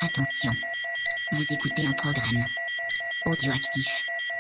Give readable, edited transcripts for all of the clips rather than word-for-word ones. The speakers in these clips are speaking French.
Attention, vous écoutez un programme audioactif.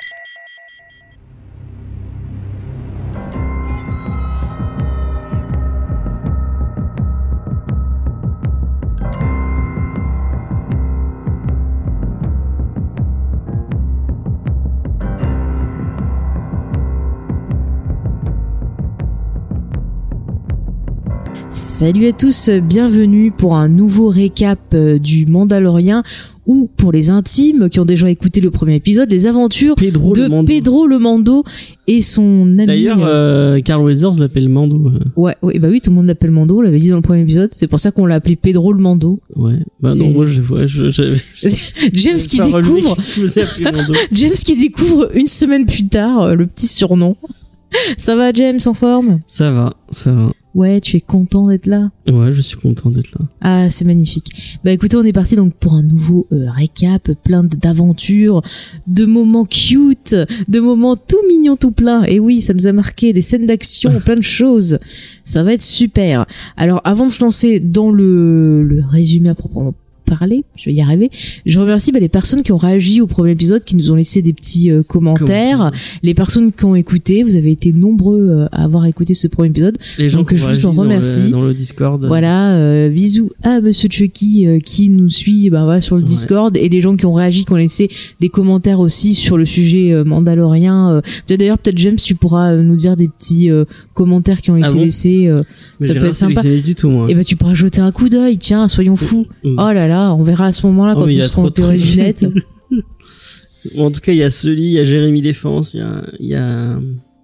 Salut à tous, bienvenue pour un nouveau récap du Mandalorian, ou pour les intimes qui ont déjà écouté le premier épisode, les aventures de Pedro le Mando et son ami. D'ailleurs, Carl Weathers l'appelle Mando. Ouais, bah oui, tout le monde l'appelle Mando, on l'avait dit dans le premier épisode, c'est pour ça qu'on l'a appelé Pedro le Mando. Ouais, bah non, moi James qui découvre James qui découvre une semaine plus tard le petit surnom. Ça va James, en forme? Ça va. Ouais, tu es content d'être là? Ouais, je suis content d'être là. Ah, c'est magnifique. Bah écoutez, on est parti donc pour un nouveau récap, plein d'aventures, de moments cute, de moments tout mignons, tout plein. Et oui, ça nous a marqué, des scènes d'action, plein de choses. Ça va être super. Alors, avant de se lancer dans le résumé à proprement parler, je vais y arriver. Je remercie les personnes qui ont réagi au premier épisode, qui nous ont laissé des petits commentaires. Les personnes qui ont écouté, vous avez été nombreux à avoir écouté ce premier épisode. Les gens donc je vous en remercie. Dans le Discord. Voilà, bisous à Monsieur Chucky qui nous suit sur le Discord, et les gens qui ont réagi, qui ont laissé des commentaires aussi sur le sujet Mandalorian. D'ailleurs, peut-être James, tu pourras nous dire des petits commentaires qui ont été laissés. Ça peut être sympa. Du tout, moi. Et tu pourras jeter un coup d'œil. Tiens, soyons fous. Oh là là. On verra à ce moment-là quand nous serons au Théoriginette. En tout cas, il y a Sully, il y a Jérémy Défense, il y a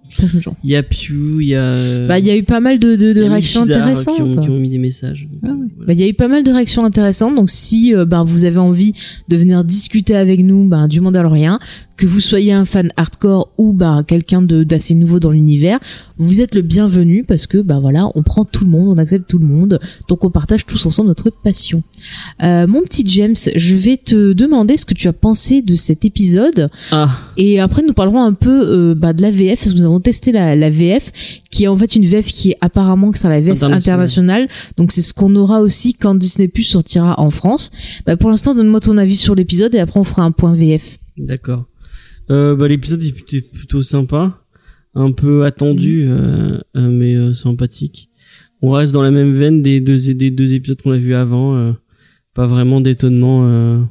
Pew, il y a... il y a eu pas mal de réactions intéressantes. Qui ont mis des messages. Donc, il y a eu pas mal de réactions intéressantes. Donc si vous avez envie de venir discuter avec nous du Mandalorian, que vous soyez un fan hardcore ou quelqu'un d'assez nouveau dans l'univers, vous êtes le bienvenu, parce que on prend tout le monde, on accepte tout le monde, donc on partage tous ensemble notre passion. Mon petit James, je vais te demander ce que tu as pensé de cet épisode. Et après nous parlerons un peu de la VF, parce que nous avons testé la VF, qui est en fait une VF qui est apparemment que c'est la VF internationale, donc c'est ce qu'on aura aussi quand Disney+ sortira en France. Pour l'instant, donne-moi ton avis sur l'épisode et après on fera un point VF. D'accord. L'épisode était plutôt sympa, un peu attendu, mais sympathique. On reste dans la même veine des deux épisodes qu'on a vus avant, pas vraiment d'étonnement.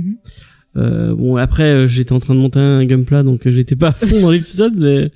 Après j'étais en train de monter un gunpla, donc j'étais pas à fond dans l'épisode, mais...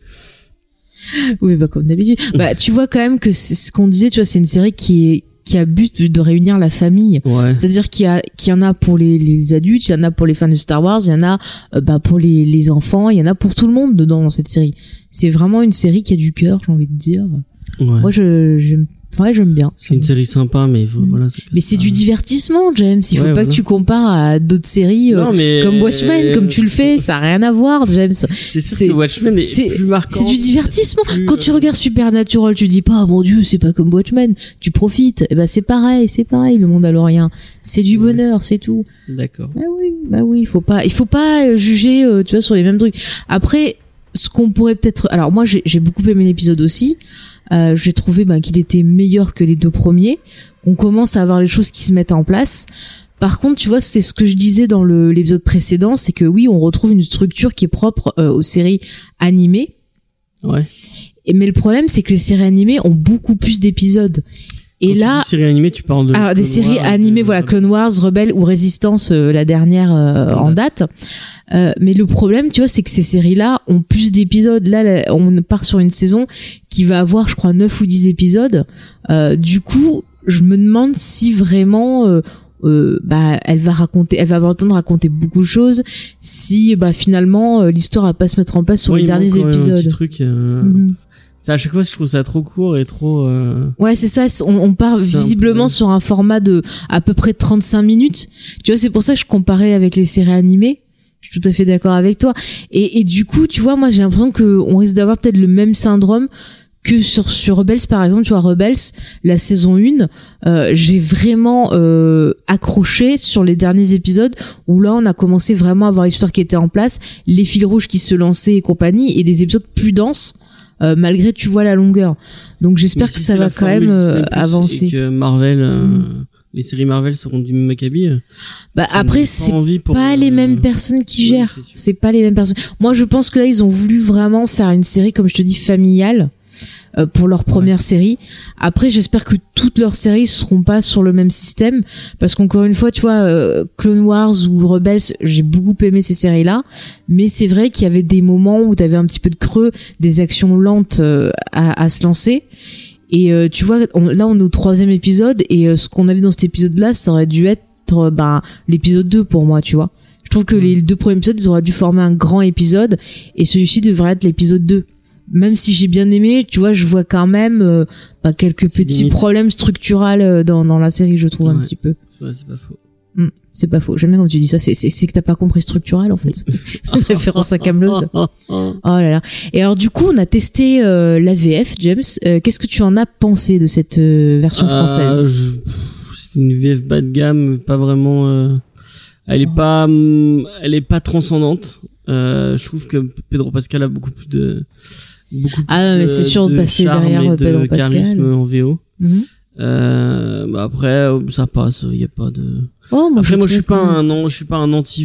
Oui, comme d'habitude. Tu vois quand même que c'est ce qu'on disait, tu vois, c'est une série qui a but de réunir la famille. Ouais. C'est-à-dire qu'il y en a pour les adultes, il y en a pour les fans de Star Wars, il y en a pour les enfants, il y en a pour tout le monde dedans dans cette série. C'est vraiment une série qui a du cœur, j'ai envie de dire. Ouais. Moi, j'aime bien. C'est une série sympa, mais voilà. Mais c'est du divertissement, James. Il faut pas que tu compares à d'autres séries comme Watchmen, comme tu le fais. Ça a rien à voir, James. C'est sûr que Watchmen est plus marquant. C'est du divertissement. Quand tu regardes Supernatural, tu dis pas, oh mon Dieu, c'est pas comme Watchmen. Tu profites. Et c'est pareil, le Mandalorian. C'est du bonheur, c'est tout. D'accord. Oui, il faut pas juger, tu vois, sur les mêmes trucs. Après, ce qu'on pourrait peut-être, alors moi, j'ai beaucoup aimé l'épisode aussi. J'ai trouvé qu'il était meilleur que les deux premiers. On commence à avoir les choses qui se mettent en place. Par contre, tu vois, c'est ce que je disais dans l'épisode précédent, c'est que oui, on retrouve une structure qui est propre aux séries animées. Ouais. Mais le problème, c'est que les séries animées ont beaucoup plus d'épisodes. Et quand là, tu dis séries animées, tu parles de des séries animées, Clone Wars, Rebelle ou Résistance, la dernière en date. Mais le problème, tu vois, c'est que ces séries-là ont plus d'épisodes. Là, on part sur une saison qui va avoir, je crois, 9 ou 10 épisodes. Du coup, je me demande si vraiment elle va avoir le temps de raconter beaucoup de choses, si finalement l'histoire va pas se mettre en place sur les derniers épisodes. Un petit truc. À chaque fois, je trouve ça trop court et trop... Ouais, c'est ça. On part visiblement sur un format de à peu près 35 minutes. Tu vois, c'est pour ça que je comparais avec les séries animées. Je suis tout à fait d'accord avec toi. Et du coup, tu vois, moi, j'ai l'impression qu'on risque d'avoir peut-être le même syndrome que sur Rebels, par exemple. Tu vois, Rebels, la saison 1, j'ai vraiment accroché sur les derniers épisodes où là, on a commencé vraiment à avoir l'histoire qui était en place, les fils rouges qui se lançaient et compagnie, et des épisodes plus denses. Malgré, tu vois, la longueur. Donc j'espère que ça va quand même avancer. Et que Marvel les séries Marvel seront du même acabit. Bah après c'est pas les mêmes personnes qui gèrent. C'est pas les mêmes personnes. Moi je pense que là ils ont voulu vraiment faire une série comme je te dis familiale pour leur première série. Après j'espère que toutes leurs séries seront pas sur le même système parce qu'encore une fois tu vois Clone Wars ou Rebels, j'ai beaucoup aimé ces séries là, mais c'est vrai qu'il y avait des moments où t'avais un petit peu de creux, des actions lentes à se lancer. Et tu vois, là on est au 3e épisode et ce qu'on a vu dans cet épisode-là, ça aurait dû être l'épisode 2 pour moi, tu vois. Je trouve que les 2 premiers épisodes, ils auraient dû former un grand épisode et celui-ci devrait être l'épisode 2. Même si j'ai bien aimé, tu vois, je vois quand même quelques petits problèmes structurels dans la série, je trouve un petit peu. Ouais, c'est pas faux. C'est pas faux. J'aime bien quand tu dis ça. C'est que t'as pas compris structural en fait. Référence à Kaamelott. Oh là là. Et alors du coup, on a testé la VF, James. Qu'est-ce que tu en as pensé de cette version française? C'est une VF bas de gamme, pas vraiment. Elle est pas transcendante. Je trouve que Pedro Pascal a beaucoup plus mais c'est sûr de passer derrière Pedro Pascal. Charisme en VO. Après ça passe, il y a pas de. Moi je suis pas un anti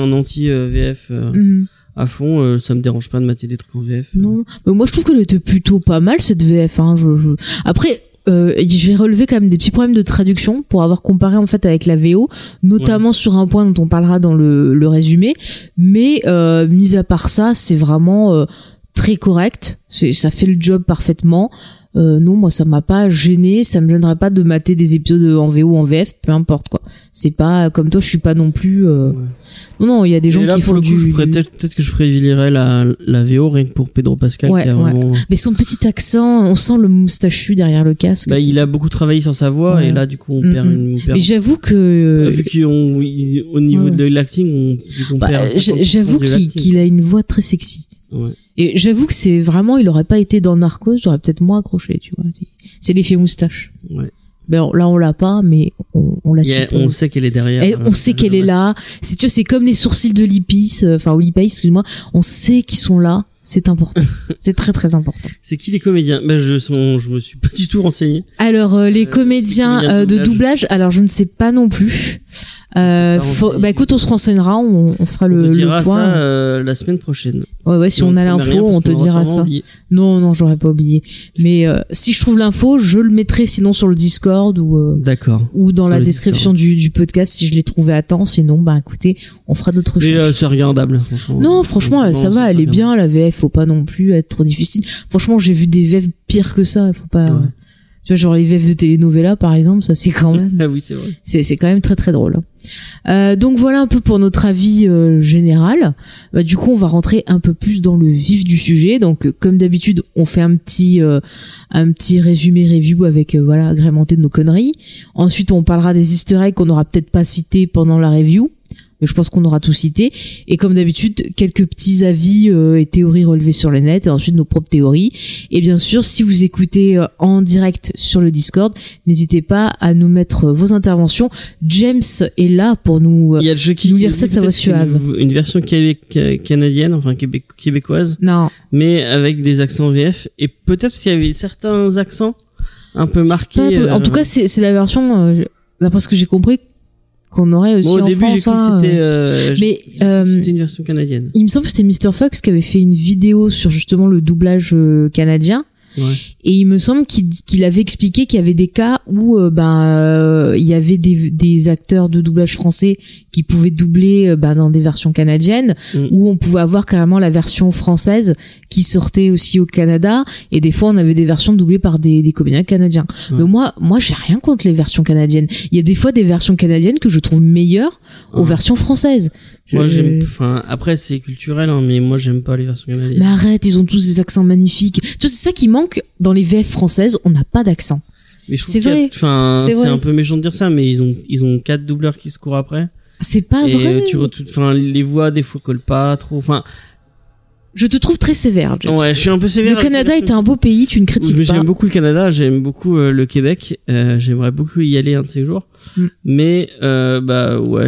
VF à fond, ça me dérange pas de mater des trucs en VF. Non, mais moi je trouve qu'elle était plutôt pas mal cette VF hein. Après j'ai relevé quand même des petits problèmes de traduction pour avoir comparé en fait avec la VO, notamment sur un point dont on parlera dans le résumé, mais mis à part ça, c'est vraiment très correct, ça fait le job parfaitement. Non, moi ça m'a pas gêné, ça me gênerait pas de mater des épisodes en VO ou en VF, peu importe quoi. C'est pas comme toi, je suis pas non plus non, il y a des gens qui font peut-être que je privilégierais la VO rien que pour Pedro Pascal qui a vraiment... Mais son petit accent, on sent le moustachu derrière le casque. Il a beaucoup travaillé sur sa voix et là du coup on perd Mais j'avoue que vu qu'au niveau de l'acting on perd. J'avoue qu'il a une voix très sexy. Et j'avoue que c'est vraiment, il aurait pas été dans Narcos, j'aurais peut-être moins accroché, tu vois. C'est l'effet moustache. Ben là on l'a pas, mais on l'a su. On sait qu'elle est derrière. On sait qu'elle est là. C'est comme les sourcils de Lipis, Olipaïs, excuse-moi. On sait qu'ils sont là. C'est important. C'est très très important. C'est qui les comédiens? Je me suis pas du tout renseigné. Alors les comédiens de doublage, alors je ne sais pas non plus. Écoute, on se renseignera, on fera le point. On te dira ça la semaine prochaine. Ouais, si on a l'info, on te dira ça. Non, j'aurais pas oublié. Mais si je trouve l'info, je le mettrai sinon sur le Discord ou dans la description du podcast si je l'ai trouvé à temps. Sinon, écoutez, on fera d'autres choses. Mais c'est regardable, franchement. Non, franchement, ça va, elle est bien la VF, faut pas non plus être trop difficile. Franchement, j'ai vu des VF pires que ça, faut pas. Tu vois, genre les VF de telenovela par exemple, ça c'est quand même. Ah oui, c'est vrai. C'est quand même très très drôle. Donc voilà un peu pour notre avis général. Du coup, on va rentrer un peu plus dans le vif du sujet. Donc comme d'habitude, on fait un petit résumé review avec agrémenté de nos conneries. Ensuite, on parlera des Easter eggs qu'on n'aura peut-être pas cités pendant la review. Mais je pense qu'on aura tout cité. Et comme d'habitude, quelques petits avis et théories relevées sur le net, et ensuite nos propres théories. Et bien sûr, si vous écoutez en direct sur le Discord, n'hésitez pas à nous mettre vos interventions. James est là pour nous lire ça de sa voix suave. Une version canadienne, enfin québécoise. Non. Mais avec des accents VF. Et peut-être s'il y avait certains accents un peu marqués. En tout cas, c'est la version, d'après ce que j'ai compris, qu'on aurait aussi au début, France, j'ai cru que c'était une version canadienne. Il me semble que c'était Mr. Fox qui avait fait une vidéo sur justement le doublage canadien. Et il me semble qu'il avait expliqué qu'il y avait des cas où il y avait des acteurs de doublage français qui pouvaient doubler dans des versions canadiennes, où on pouvait avoir carrément la version française qui sortait aussi au Canada, et des fois on avait des versions doublées par des comédiens canadiens. Mais moi j'ai rien contre les versions canadiennes. Il y a des fois des versions canadiennes que je trouve meilleures aux versions françaises. Moi après c'est culturel mais moi j'aime pas les versions canadiennes. Mais arrête, ils ont tous des accents magnifiques. Tu vois, c'est ça qui manque dans les VF françaises, on n'a pas d'accent. C'est vrai. C'est un peu méchant de dire ça, mais ils ont 4 doubleurs qui se courent après. C'est pas vrai. Et les voix des fois collent pas trop. Je te trouve très sévère, James. Ouais, je suis un peu sévère. Le Canada est un beau pays, tu ne critiques mais pas. J'aime beaucoup le Canada, j'aime beaucoup le Québec. J'aimerais beaucoup y aller un de ces jours. Mais ouais,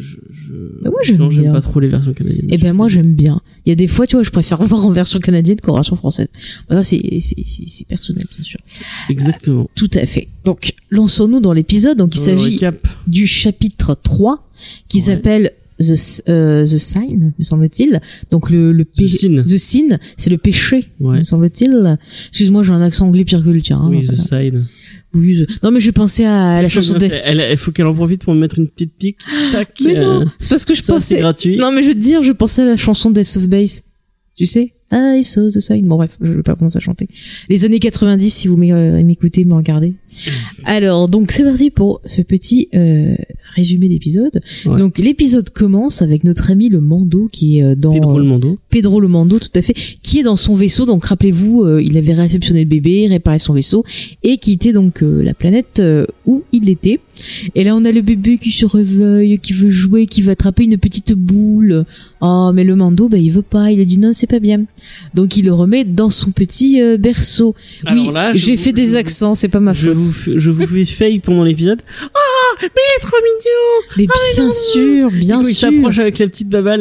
Mais moi, j'aime j'aime bien. pas trop les versions canadiennes. Eh ben moi j'aime bien. Il y a des fois, tu vois, je préfère voir en version canadienne qu'en version française. Ça c'est personnel, bien sûr. Exactement. Tout à fait. Donc lançons-nous dans l'épisode. Donc il s'agit du chapitre 3 qui s'appelle The Sign, me semble-t-il. Donc The Sin, c'est le péché, me semble-t-il. Excuse-moi, j'ai un accent anglais pire que le tien. Oui, The Sign. Oui, non mais je pensais à la chanson il faut qu'elle en profite pour me mettre une petite pique. Tac. Mais non, c'est parce que je pensais. C'est gratuit. Non mais je veux te dire, je pensais à la chanson Death of Base. Tu sais? I saw the sign. Bon bref, je vais pas commencer à chanter. Les années 90, si vous m'écoutez, me regardez. Alors, donc c'est parti pour ce petit résumé d'épisode. Ouais. Donc l'épisode commence avec notre ami le Mando qui est dans Pedro le Mando, tout à fait, qui est dans son vaisseau. Donc rappelez-vous, il avait réceptionné le bébé, réparé son vaisseau et quitté donc la planète où il était. Et là on a le bébé qui se réveille, qui veut jouer, qui veut attraper une petite boule. Oh mais le Mando, il veut pas, il a dit non, c'est pas bien. Donc il le remet dans son petit berceau. Alors oui, là, j'ai fait des accents, c'est pas ma faute. Je vous fais fail pendant l'épisode. Oh, mais il est trop mignon. Mais bien sûr, bien sûr. Il s'approche avec la petite babale.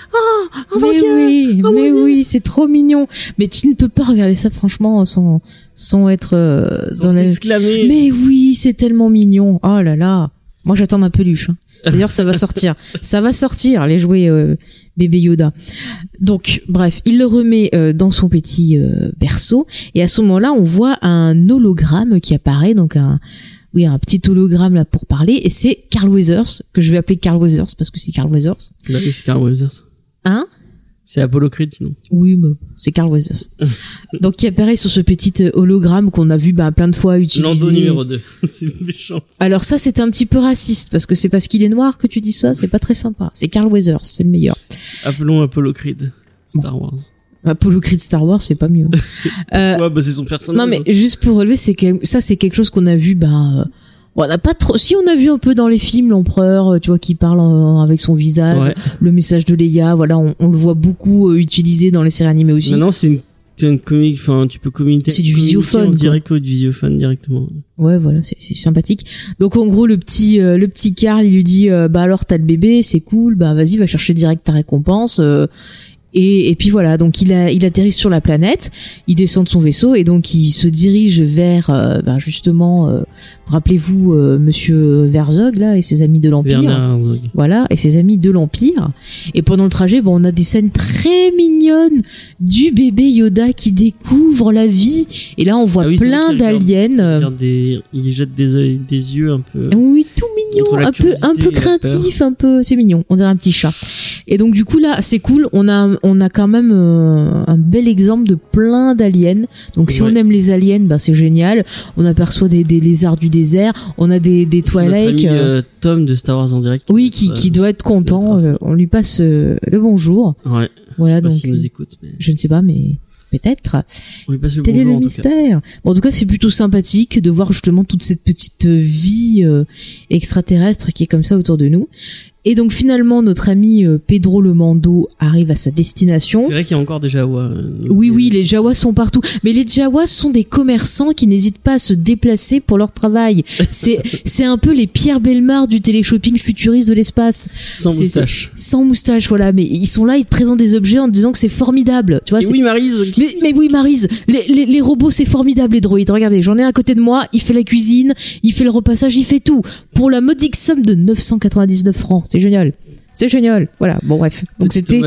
Oh mais oui, oui, c'est trop mignon. Mais tu ne peux pas regarder ça franchement sans être dans l'exclamer. Mais oui, c'est tellement mignon. Oh là là. Moi j'attends ma peluche. D'ailleurs ça va sortir. Ça va sortir les jouets bébé Yoda. Donc bref, il le remet dans son petit berceau et à ce moment-là, on voit un hologramme qui apparaît, donc un petit hologramme là pour parler, et c'est Carl Weathers, que je vais appeler Carl Weathers parce que c'est Carl Weathers. Là, c'est Carl Weathers. Hein? C'est Apollo Creed, sinon. Oui, mais c'est Carl Weathers. Donc, qui apparaît sur ce petit hologramme qu'on a vu plein de fois utiliser. Lando numéro 2. C'est méchant. Alors ça, c'est un petit peu raciste, parce que c'est parce qu'il est noir que tu dis ça, c'est pas très sympa. C'est Carl Weathers, c'est le meilleur. Appelons Apollo Creed, Star Wars. Apollo Creed Star Wars, c'est pas mieux. Ouais, c'est son personnage. Non, mais juste pour relever, c'est quelque chose qu'on a vu, on n'a pas trop. Si on a vu un peu dans les films l'empereur, tu vois, qui parle avec son visage, le message de Leia, voilà, on le voit beaucoup utilisé dans les séries animées aussi. Non, c'est une comique, enfin, tu peux communiquer. C'est du visiophone, direct ou du visiophone directement. Ouais, voilà, c'est sympathique. Donc en gros, le petit Carl, il lui dit, alors t'as le bébé, c'est cool, vas-y, va chercher direct ta récompense. Et puis voilà, donc il atterrit sur la planète, il descend de son vaisseau et donc il se dirige vers justement, rappelez-vous Monsieur Verzog là et ses amis de l'Empire. Voilà, et ses amis de l'Empire. Et pendant le trajet, on a des scènes très mignonnes du bébé Yoda qui découvre la vie. Et là, on voit plein d'aliens. Il jette des yeux un peu. Oui, tout mignon, un peu craintif, c'est mignon. On dirait un petit chat. Et donc du coup là, c'est cool. On a quand même un bel exemple de plein d'aliens. Donc si on aime les aliens, c'est génial. On aperçoit des lézards du désert. On a des Twilight. Tom de Star Wars en direct. Oui, qui doit être content. On lui passe le bonjour. Ouais. Voilà, donc s'il nous écoute. Mais... Je ne sais pas, mais peut-être. Tel est le mystère. En tout cas, c'est plutôt sympathique de voir justement toute cette petite vie extraterrestre qui est comme ça autour de nous. Et donc finalement, notre ami Pedro le Mando arrive à sa destination. C'est vrai qu'il y a encore des Jawas. Oui, les Jawas sont partout. Mais les Jawas sont des commerçants qui n'hésitent pas à se déplacer pour leur travail. C'est un peu les Pierre Bellemare du téléshopping futuriste de l'espace. Sans moustache, voilà. Mais ils sont là, ils te présentent des objets en te disant que c'est formidable. Tu vois, oui, Maryse. Mais oui, Maryse. Les robots, c'est formidable, les droïdes. Regardez, j'en ai un à côté de moi. Il fait la cuisine, il fait le repassage, il fait tout. Pour la modique somme de 999 francs. C'est génial. Voilà. Bon, bref. Donc c'était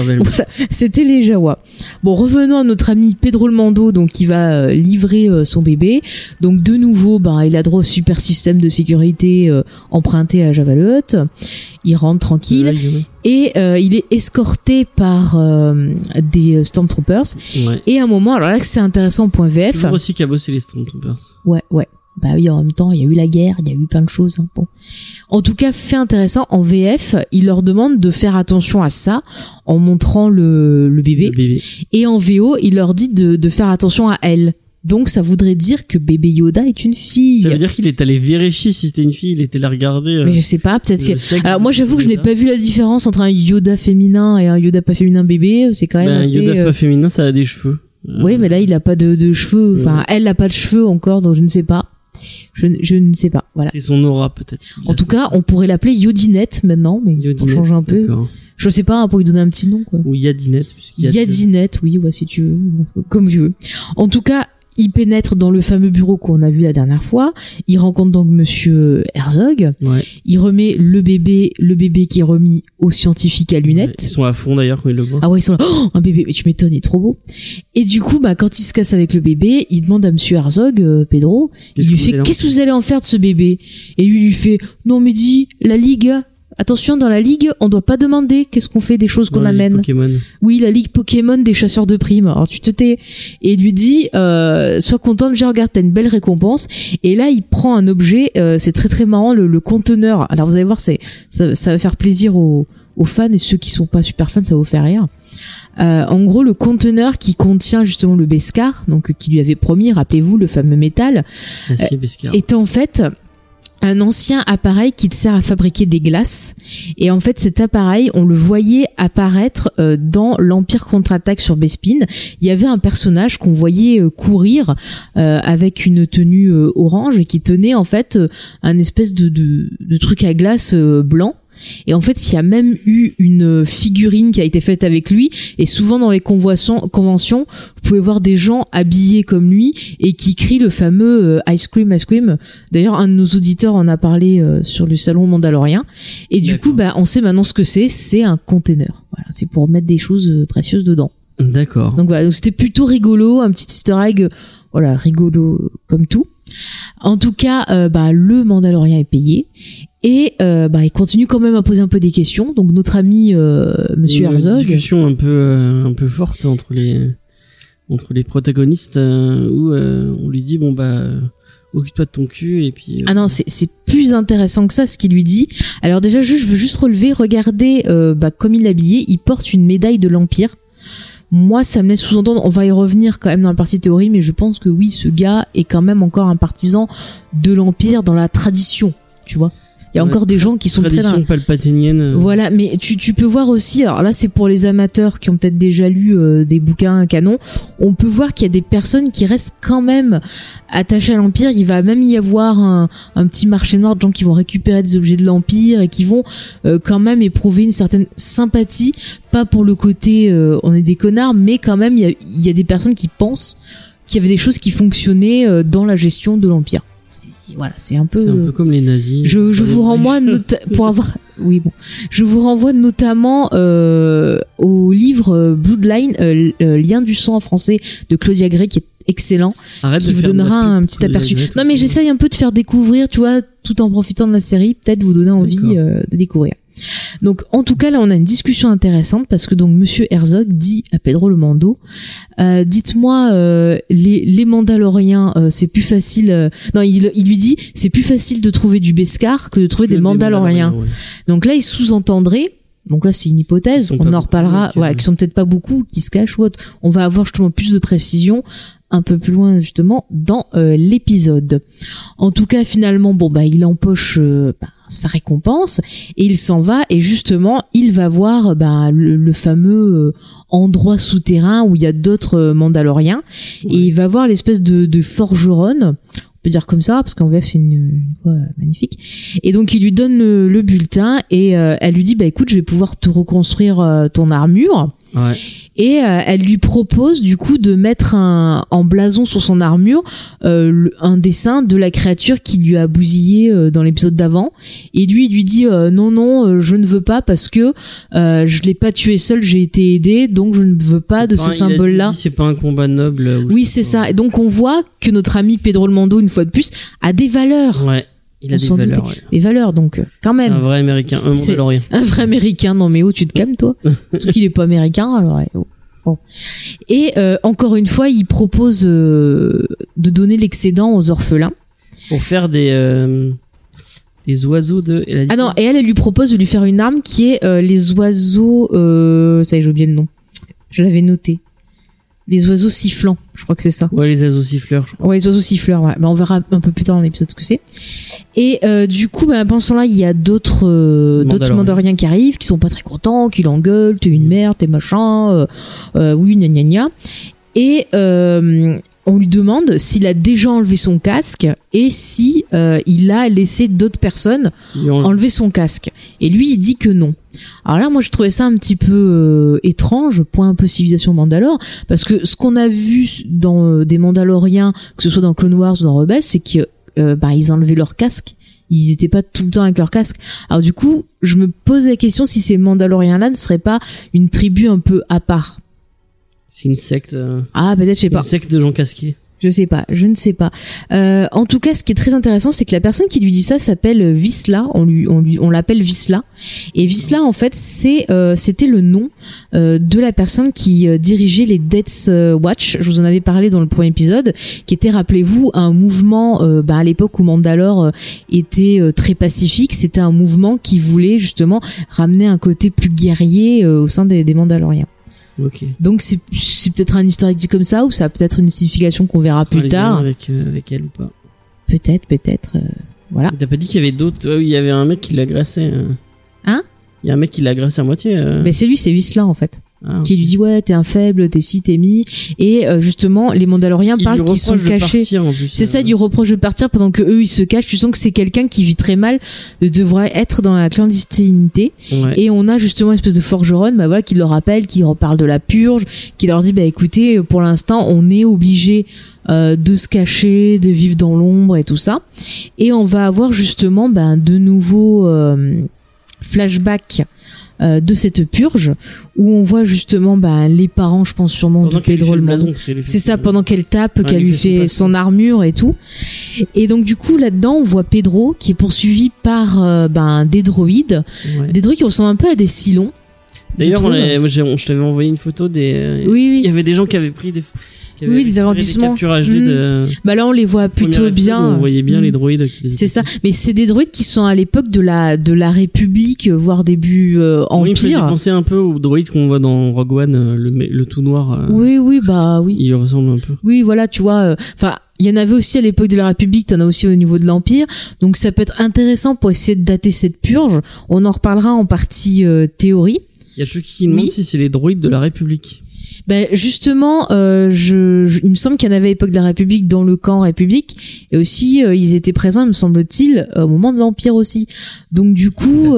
les Jawas. Bon, revenons à notre ami Pedro le Mando, donc qui va livrer son bébé. Donc de nouveau, il a droit au super système de sécurité emprunté à Jabba the Hutt. Il rentre tranquille et il est escorté par des Stormtroopers. Ouais. Et à un moment, alors là c'est intéressant, point VF. Toujours aussi cabossé les Stormtroopers. Ouais. Oui, en même temps, il y a eu la guerre, il y a eu plein de choses. Bon. En tout cas, fait intéressant, en VF, il leur demande de faire attention à ça en montrant le bébé. Et en VO, il leur dit de faire attention à elle. Donc ça voudrait dire que bébé Yoda est une fille. Ça veut dire qu'il est allé vérifier si c'était une fille, il était allé regarder. Mais je sais pas, peut-être. Alors moi j'avoue que je n'ai pas vu la différence entre un Yoda féminin et un Yoda pas féminin bébé. C'est quand même assez. Un Yoda pas féminin, ça a des cheveux. Oui, mais là il a pas de cheveux. Enfin, elle n'a pas de cheveux encore, donc je ne sais pas. Je ne sais pas. Voilà. C'est son aura peut-être. En tout cas, on pourrait l'appeler Yodinette maintenant, mais pour changer un peu. D'accord. Je sais pas, pour lui donner un petit nom, quoi. Ou Yadinette. Yadinette, oui, ouais, si tu veux. Comme tu veux. En tout cas, il pénètre dans le fameux bureau qu'on a vu la dernière fois. Il rencontre donc monsieur Herzog. Ouais. Il remet le bébé qui est remis au scientifique à lunettes. Ouais, ils sont à fond d'ailleurs quand ils le voient. Ah ouais, ils sont là. Oh, un bébé, mais tu m'étonnes, il est trop beau. Et du coup, quand il se casse avec le bébé, il demande à monsieur Herzog, Pedro, il lui fait, qu'est-ce que vous allez en faire de ce bébé? Et lui fait, non mais dis, la Ligue, attention, dans la Ligue, on doit pas demander qu'est-ce qu'on fait des choses qu'on amène. Pokémon. Oui, la Ligue Pokémon des chasseurs de primes. Alors tu te tais. Et il lui dit, sois contente, je regarde, t'as une belle récompense. Et là, il prend un objet, c'est très très marrant, le conteneur. Alors vous allez voir, ça va faire plaisir aux fans, et ceux qui sont pas super fans, ça va vous faire rire. En gros, le conteneur qui contient justement le Beskar, donc qui lui avait promis, rappelez-vous, le fameux métal, est en fait un ancien appareil qui te sert à fabriquer des glaces. Et en fait, cet appareil, on le voyait apparaître dans l'Empire contre-attaque sur Bespin. Il y avait un personnage qu'on voyait courir avec une tenue orange et qui tenait en fait un espèce de truc à glace blanc. Et en fait, il y a même eu une figurine qui a été faite avec lui. Et souvent dans les conventions, vous pouvez voir des gens habillés comme lui et qui crient le fameux Ice Cream, Ice Cream. D'ailleurs, un de nos auditeurs en a parlé sur le salon Mandalorien. Et du coup, on sait maintenant ce que c'est. C'est un container. Voilà, c'est pour mettre des choses précieuses dedans. D'accord. Donc voilà, donc c'était plutôt rigolo, un petit easter egg. Voilà, rigolo comme tout. En tout cas, le Mandalorien est payé. Et il continue quand même à poser un peu des questions. Donc notre ami monsieur Herzog. Une discussion un peu forte entre les protagonistes où on lui dit occupe-toi de ton cul et puis. Ah non, c'est plus intéressant que ça ce qu'il lui dit. Alors déjà, je veux juste relever, regardez comme il est habillé, il porte une médaille de l'Empire. Moi, ça me laisse sous-entendre, on va y revenir quand même dans la partie théorie, mais je pense que oui, ce gars est quand même encore un partisan de l'Empire dans la tradition, tu vois. Il y a encore des gens qui sont très tradition palpatinienne. Voilà, mais tu peux voir aussi, alors là c'est pour les amateurs qui ont peut-être déjà lu des bouquins canons, on peut voir qu'il y a des personnes qui restent quand même attachées à l'Empire. Il va même y avoir un petit marché noir de gens qui vont récupérer des objets de l'Empire et qui vont quand même éprouver une certaine sympathie, pas pour le côté on est des connards, mais quand même il y a des personnes qui pensent qu'il y avait des choses qui fonctionnaient dans la gestion de l'Empire. Voilà, c'est un peu comme les nazis. Je vous renvoie je vous renvoie notamment au livre Bloodline, Lien du sang en français de Claudia Gray, qui est excellent, qui vous donnera un petit aperçu. Non mais j'essaye un peu de faire découvrir, tu vois, tout en profitant de la série, peut-être vous donner envie de découvrir. Donc en tout cas là on a une discussion intéressante parce que donc monsieur Herzog dit à Pedro le Mando, dites-moi les Mandaloriens c'est plus facile non il lui dit c'est plus facile de trouver du Beskar que de trouver des Mandaloriens. Ouais. Donc là il sous-entendrait, donc là c'est une hypothèse, on en reparlera, qui sont peut-être pas beaucoup, qui se cachent ou autre. On va avoir justement plus de précision un peu plus loin justement dans l'épisode. En tout cas finalement il empoche sa récompense et il s'en va, et justement il va voir le fameux endroit souterrain où il y a d'autres Mandaloriens. Ouais. Et il va voir l'espèce de forgeronne, on peut dire comme ça parce qu'en VF c'est une voix magnifique, et donc il lui donne le bulletin et elle lui dit écoute, je vais pouvoir te reconstruire ton armure. Ouais. Et elle lui propose du coup de mettre en blason sur son armure un dessin de la créature qui lui a bousillé dans l'épisode d'avant. Et lui il lui dit non, je ne veux pas parce que je l'ai pas tué seul, j'ai été aidé, donc je ne veux pas de ce symbole-là. C'est pas un combat noble. Oui, c'est ça. Et donc on voit que notre ami Pedro le Mando, une fois de plus, a des valeurs. Ouais. Il a des valeurs, donc quand même. Un vrai américain, un Mandalorien. Un vrai américain, non mais tu te calmes toi. Parce qu'il est pas américain, alors bon. Et encore une fois, il propose de donner l'excédent aux orphelins. Pour faire des oiseaux de... Ah non, et elle lui propose de lui faire une arme qui est les oiseaux... ça y est, j'ai oublié le nom. Je l'avais noté. Les oiseaux sifflants, je crois que c'est ça. Ouais, les oiseaux siffleurs, je crois. Ouais, les oiseaux siffleurs, ouais. On verra un peu plus tard dans l'épisode ce que c'est. Et du coup, pendant ce temps-là, il y a d'autres Mandaloriens qui arrivent, qui sont pas très contents, qui l'engueulent, t'es une merde, t'es machin, oui, gna gna gna. Et on lui demande s'il a déjà enlevé son casque et si il a laissé d'autres personnes enlever son casque. Et lui, il dit que non. Alors là, moi, je trouvais ça un petit peu étrange, point un peu civilisation Mandalore, parce que ce qu'on a vu dans des Mandaloriens, que ce soit dans Clone Wars ou dans Rebels, c'est que ils enlevaient leur casque. Ils étaient pas tout le temps avec leur casque. Alors du coup, je me pose la question si ces Mandaloriens-là ne seraient pas une tribu un peu à part. C'est une secte. Ah, peut-être, je sais pas. Une secte de gens casqués. Je ne sais pas. En tout cas, ce qui est très intéressant, c'est que la personne qui lui dit ça s'appelle Vizsla. On l'appelle Vizsla. Et Vizsla, en fait, c'était le nom de la personne qui dirigeait les Death Watch. Je vous en avais parlé dans le premier épisode, qui était, rappelez-vous, un mouvement à l'époque où Mandalore était très pacifique. C'était un mouvement qui voulait justement ramener un côté plus guerrier au sein des Mandaloriens. Okay. Donc c'est peut-être un historique dit comme ça, ou ça a peut-être une signification qu'on verra plus tard. Avec elle ou pas. Peut-être. Voilà. T'as pas dit qu'il y avait d'autres. Il y avait un mec qui l'agressait. Hein? Il y a un mec qui l'agresse à moitié. Mais c'est lui, c'est Vizsla en fait. Ah, okay. Qui lui dit ouais, t'es un faible, t'es ci, t'es mi. Et justement, les Mandaloriens parlent qu'ils sont cachés. C'est ça, il lui reproche de partir pendant que eux ils se cachent. Tu sens que c'est quelqu'un qui vit très mal de devoir être dans la clandestinité. Ouais. Et on a justement une espèce de forgeronne, qui leur rappelle, qui reparle de la purge, qui leur dit écoutez, pour l'instant, on est obligé de se cacher, de vivre dans l'ombre et tout ça. Et on va avoir justement de nouveaux flashbacks de cette purge où on voit justement les parents, je pense sûrement, de Pedro le Mando. C'est ça, pendant qu'elle tape, qu'elle lui fait son armure et tout. Et donc du coup là-dedans on voit Pedro qui est poursuivi par des droïdes, des droïdes qui ressemblent un peu à des Cylons. D'ailleurs je t'avais envoyé une photo des. Oui. Il y avait des gens qui avaient pris des agrandissements. Des captures HD là on les voit plutôt bien. On voyait bien les droïdes. C'est ça, mais c'est des droïdes qui sont à l'époque de la République, voire début Empire. Oui, j'ai pensé un peu aux droïdes qu'on voit dans Rogue One, le tout noir. Oui. Il ressemble un peu. Oui, voilà, tu vois. Il y en avait aussi à l'époque de la République, t'en as aussi au niveau de l'Empire. Donc ça peut être intéressant pour essayer de dater cette purge. On en reparlera en partie théorie. Il y a Chucky qui demande si c'est les droïdes de la République. Justement, il me semble qu'il y en avait à l'époque de la République dans le camp République, et aussi ils étaient présents, me semble-t-il, au moment de l'Empire aussi. Donc du coup,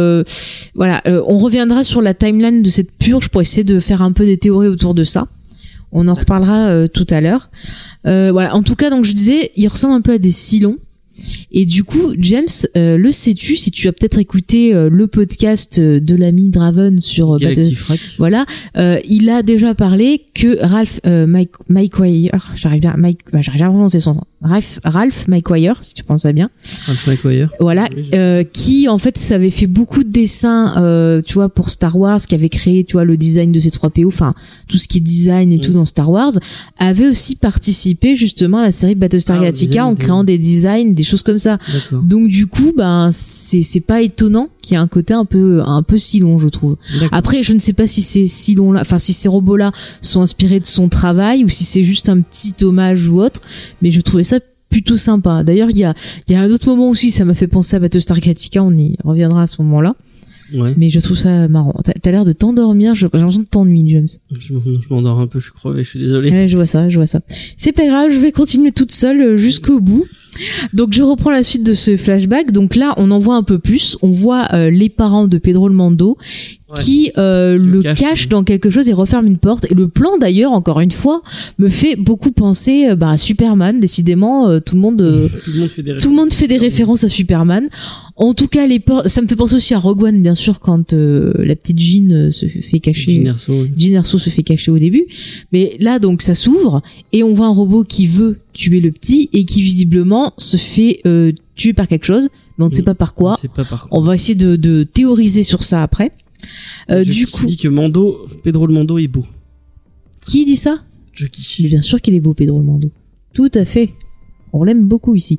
on reviendra sur la timeline de cette purge pour essayer de faire un peu des théories autour de ça. On en reparlera tout à l'heure. En tout cas, donc je disais, il ressemble un peu à des Cylons. Et du coup, James, le sais-tu, si tu as peut-être écouté le podcast de l'ami Draven sur voilà, il a déjà parlé que Ralph McQuire, j'arrive bien à prononcer son nom. Ralph McQuire, si tu penses ça bien. Ralph McQuire. Voilà, qui en fait avait fait beaucoup de dessins, tu vois, pour Star Wars, qui avait créé, tu vois, le design de C3PO, enfin tout ce qui est design et tout dans Star Wars, avait aussi participé justement à la série Battlestar Galactica en créant des designs, des choses comme ça. D'accord. Donc du coup, c'est pas étonnant qu'il y ait un côté un peu Cylon, je trouve. D'accord. Après, je ne sais pas si ces Cylons-là, enfin si ces robots-là sont inspirés de son travail ou si c'est juste un petit hommage ou autre, mais je trouvais ça plutôt sympa. D'ailleurs, il y a un autre moment aussi, ça m'a fait penser à Battlestar Galactica, on y reviendra à ce moment-là. Ouais. Mais je trouve ça marrant. T'as l'air de t'endormir, j'ai l'impression de t'ennuyer, James. Je m'endors un peu, je suis crevé, je suis désolé. Ouais, je vois ça. C'est pas grave, je vais continuer toute seule jusqu'au bout. Donc je reprends la suite de ce flashback. Donc là, on en voit un peu plus. On voit les parents de Pedro le Mando qui le cache dans quelque chose et referme une porte. Et le plan, d'ailleurs, encore une fois, me fait beaucoup penser à Superman. Décidément, tout le monde fait des références à Superman. En tout cas, les portes, ça me fait penser aussi à Rogue One, bien sûr, quand la petite Jean se fait cacher. Jyn Erso se fait cacher au début. Mais là, donc, ça s'ouvre et on voit un robot qui veut tuer le petit et qui visiblement se fait tuer par quelque chose, mais on ne sait pas par quoi. On va essayer de théoriser sur ça après. Du coup, dit que Pedro le Mando est beau. Qui dit ça? Chucky. Mais bien sûr qu'il est beau, Pedro le Mando. Tout à fait. On l'aime beaucoup ici.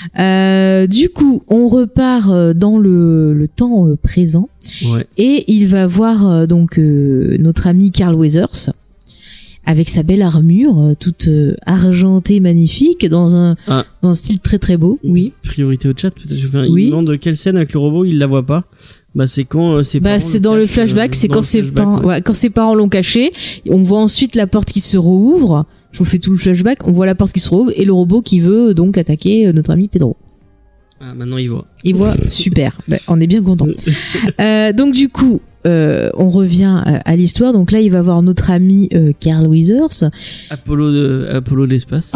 Du coup, on repart dans le temps présent. Ouais. Et il va voir donc notre ami Carl Weathers. avec sa belle armure, toute argentée, magnifique, dans un style très très beau. Oui. Priorité au chat, peut-être. Il Oui. me demande quelle scène avec le robot, il la voit pas. Bah, c'est quand ses parents. Bah, c'est dans le flashback, c'est quand ses parents, ouais. quand ses parents l'ont caché. On voit ensuite la porte qui se rouvre. Je vous fais tout le flashback. On voit la porte qui se rouvre et le robot qui veut donc attaquer notre ami Pedro. Ah, maintenant il voit. Il voit, super. Bah, on est bien content. Donc du coup, on revient à l'histoire. Donc là, il va voir notre ami Carl Weathers. Apollo de l'espace.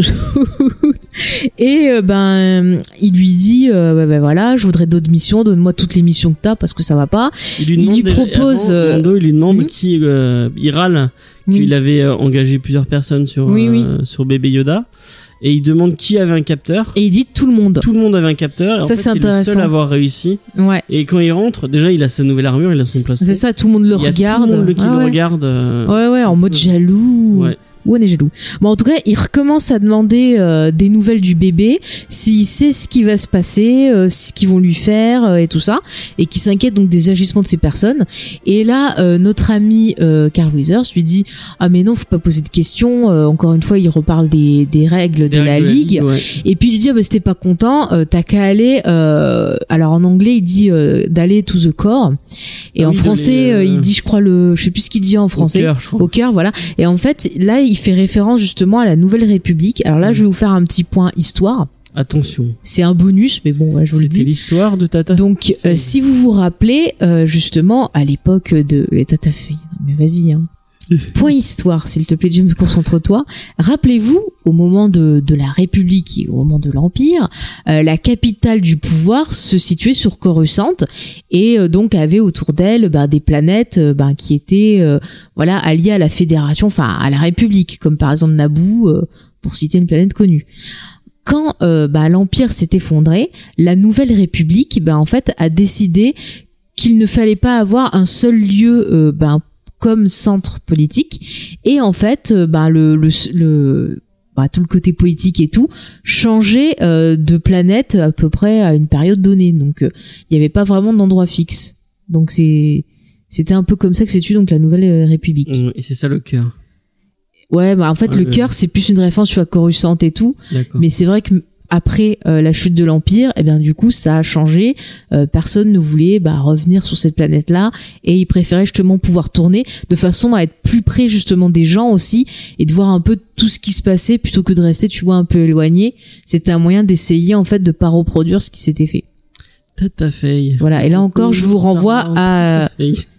Et il lui dit voilà, je voudrais d'autres missions, donne-moi toutes les missions que t'as parce que ça va pas. Il lui propose avant, il lui demande qui il râle qu'il avait engagé plusieurs personnes sur bébé Yoda. Et il demande qui avait un capteur. Et il dit tout le monde. Tout le monde avait un capteur. Et ça, en fait, c'est le seul à avoir réussi. Ouais. Et quand il rentre, déjà, il a sa nouvelle armure, il a son plastron. C'est ça, tout le monde le regarde. Tout le monde qui le regarde. Ouais, en mode jaloux. Ouais. Ou on est jaloux. Bon, en tout cas, il recommence à demander des nouvelles du bébé, s'il sait ce qui va se passer, ce qu'ils vont lui faire et tout ça, et qui s'inquiète donc des agissements de ces personnes. Et là, notre ami Carl Weathers lui dit ah mais non, faut pas poser de questions. Encore une fois, il reparle des règles de la Ligue. Ouais. Et puis il lui dit ah bah si t'es pas content, t'as qu'à aller. Alors en anglais, il dit d'aller to the core. Et en français, il dit je sais plus ce qu'il dit en français. Au cœur, voilà. Et en fait, là, il fait référence justement à la Nouvelle République. Alors là, je vais vous faire un petit point histoire. Attention. C'est un bonus, mais bon, je vous le dis. C'est l'histoire de Tata. Donc, si vous vous rappelez, justement, à l'époque de les Tata Fey. Mais vas-y, hein. Point histoire, s'il te plaît, James, concentre-toi. Rappelez-vous, au moment de la République et au moment de l'Empire, la capitale du pouvoir se situait sur Coruscant et donc avait autour d'elle des planètes qui étaient alliées à la Fédération, enfin à la République, comme par exemple Naboo, pour citer une planète connue. Quand l'Empire s'est effondré, la Nouvelle République en fait a décidé qu'il ne fallait pas avoir un seul lieu comme centre politique, et en fait tout le côté politique et tout changeait de planète à peu près à une période donnée, donc il n'y avait pas vraiment d'endroit fixe, donc c'était un peu comme ça que c'est donc la Nouvelle République. Et c'est ça le cœur. Ouais, en fait le cœur c'est plus une référence sur Coruscant et tout. D'accord. Mais c'est vrai que après la chute de l'Empire, du coup ça a changé, personne ne voulait revenir sur cette planète là, et ils préféraient justement pouvoir tourner de façon à être plus près justement des gens aussi, et de voir un peu tout ce qui se passait plutôt que de rester un peu éloigné. C'était un moyen d'essayer en fait de pas reproduire ce qui s'était fait. Tata Fey. Voilà, et là encore je vous renvoie à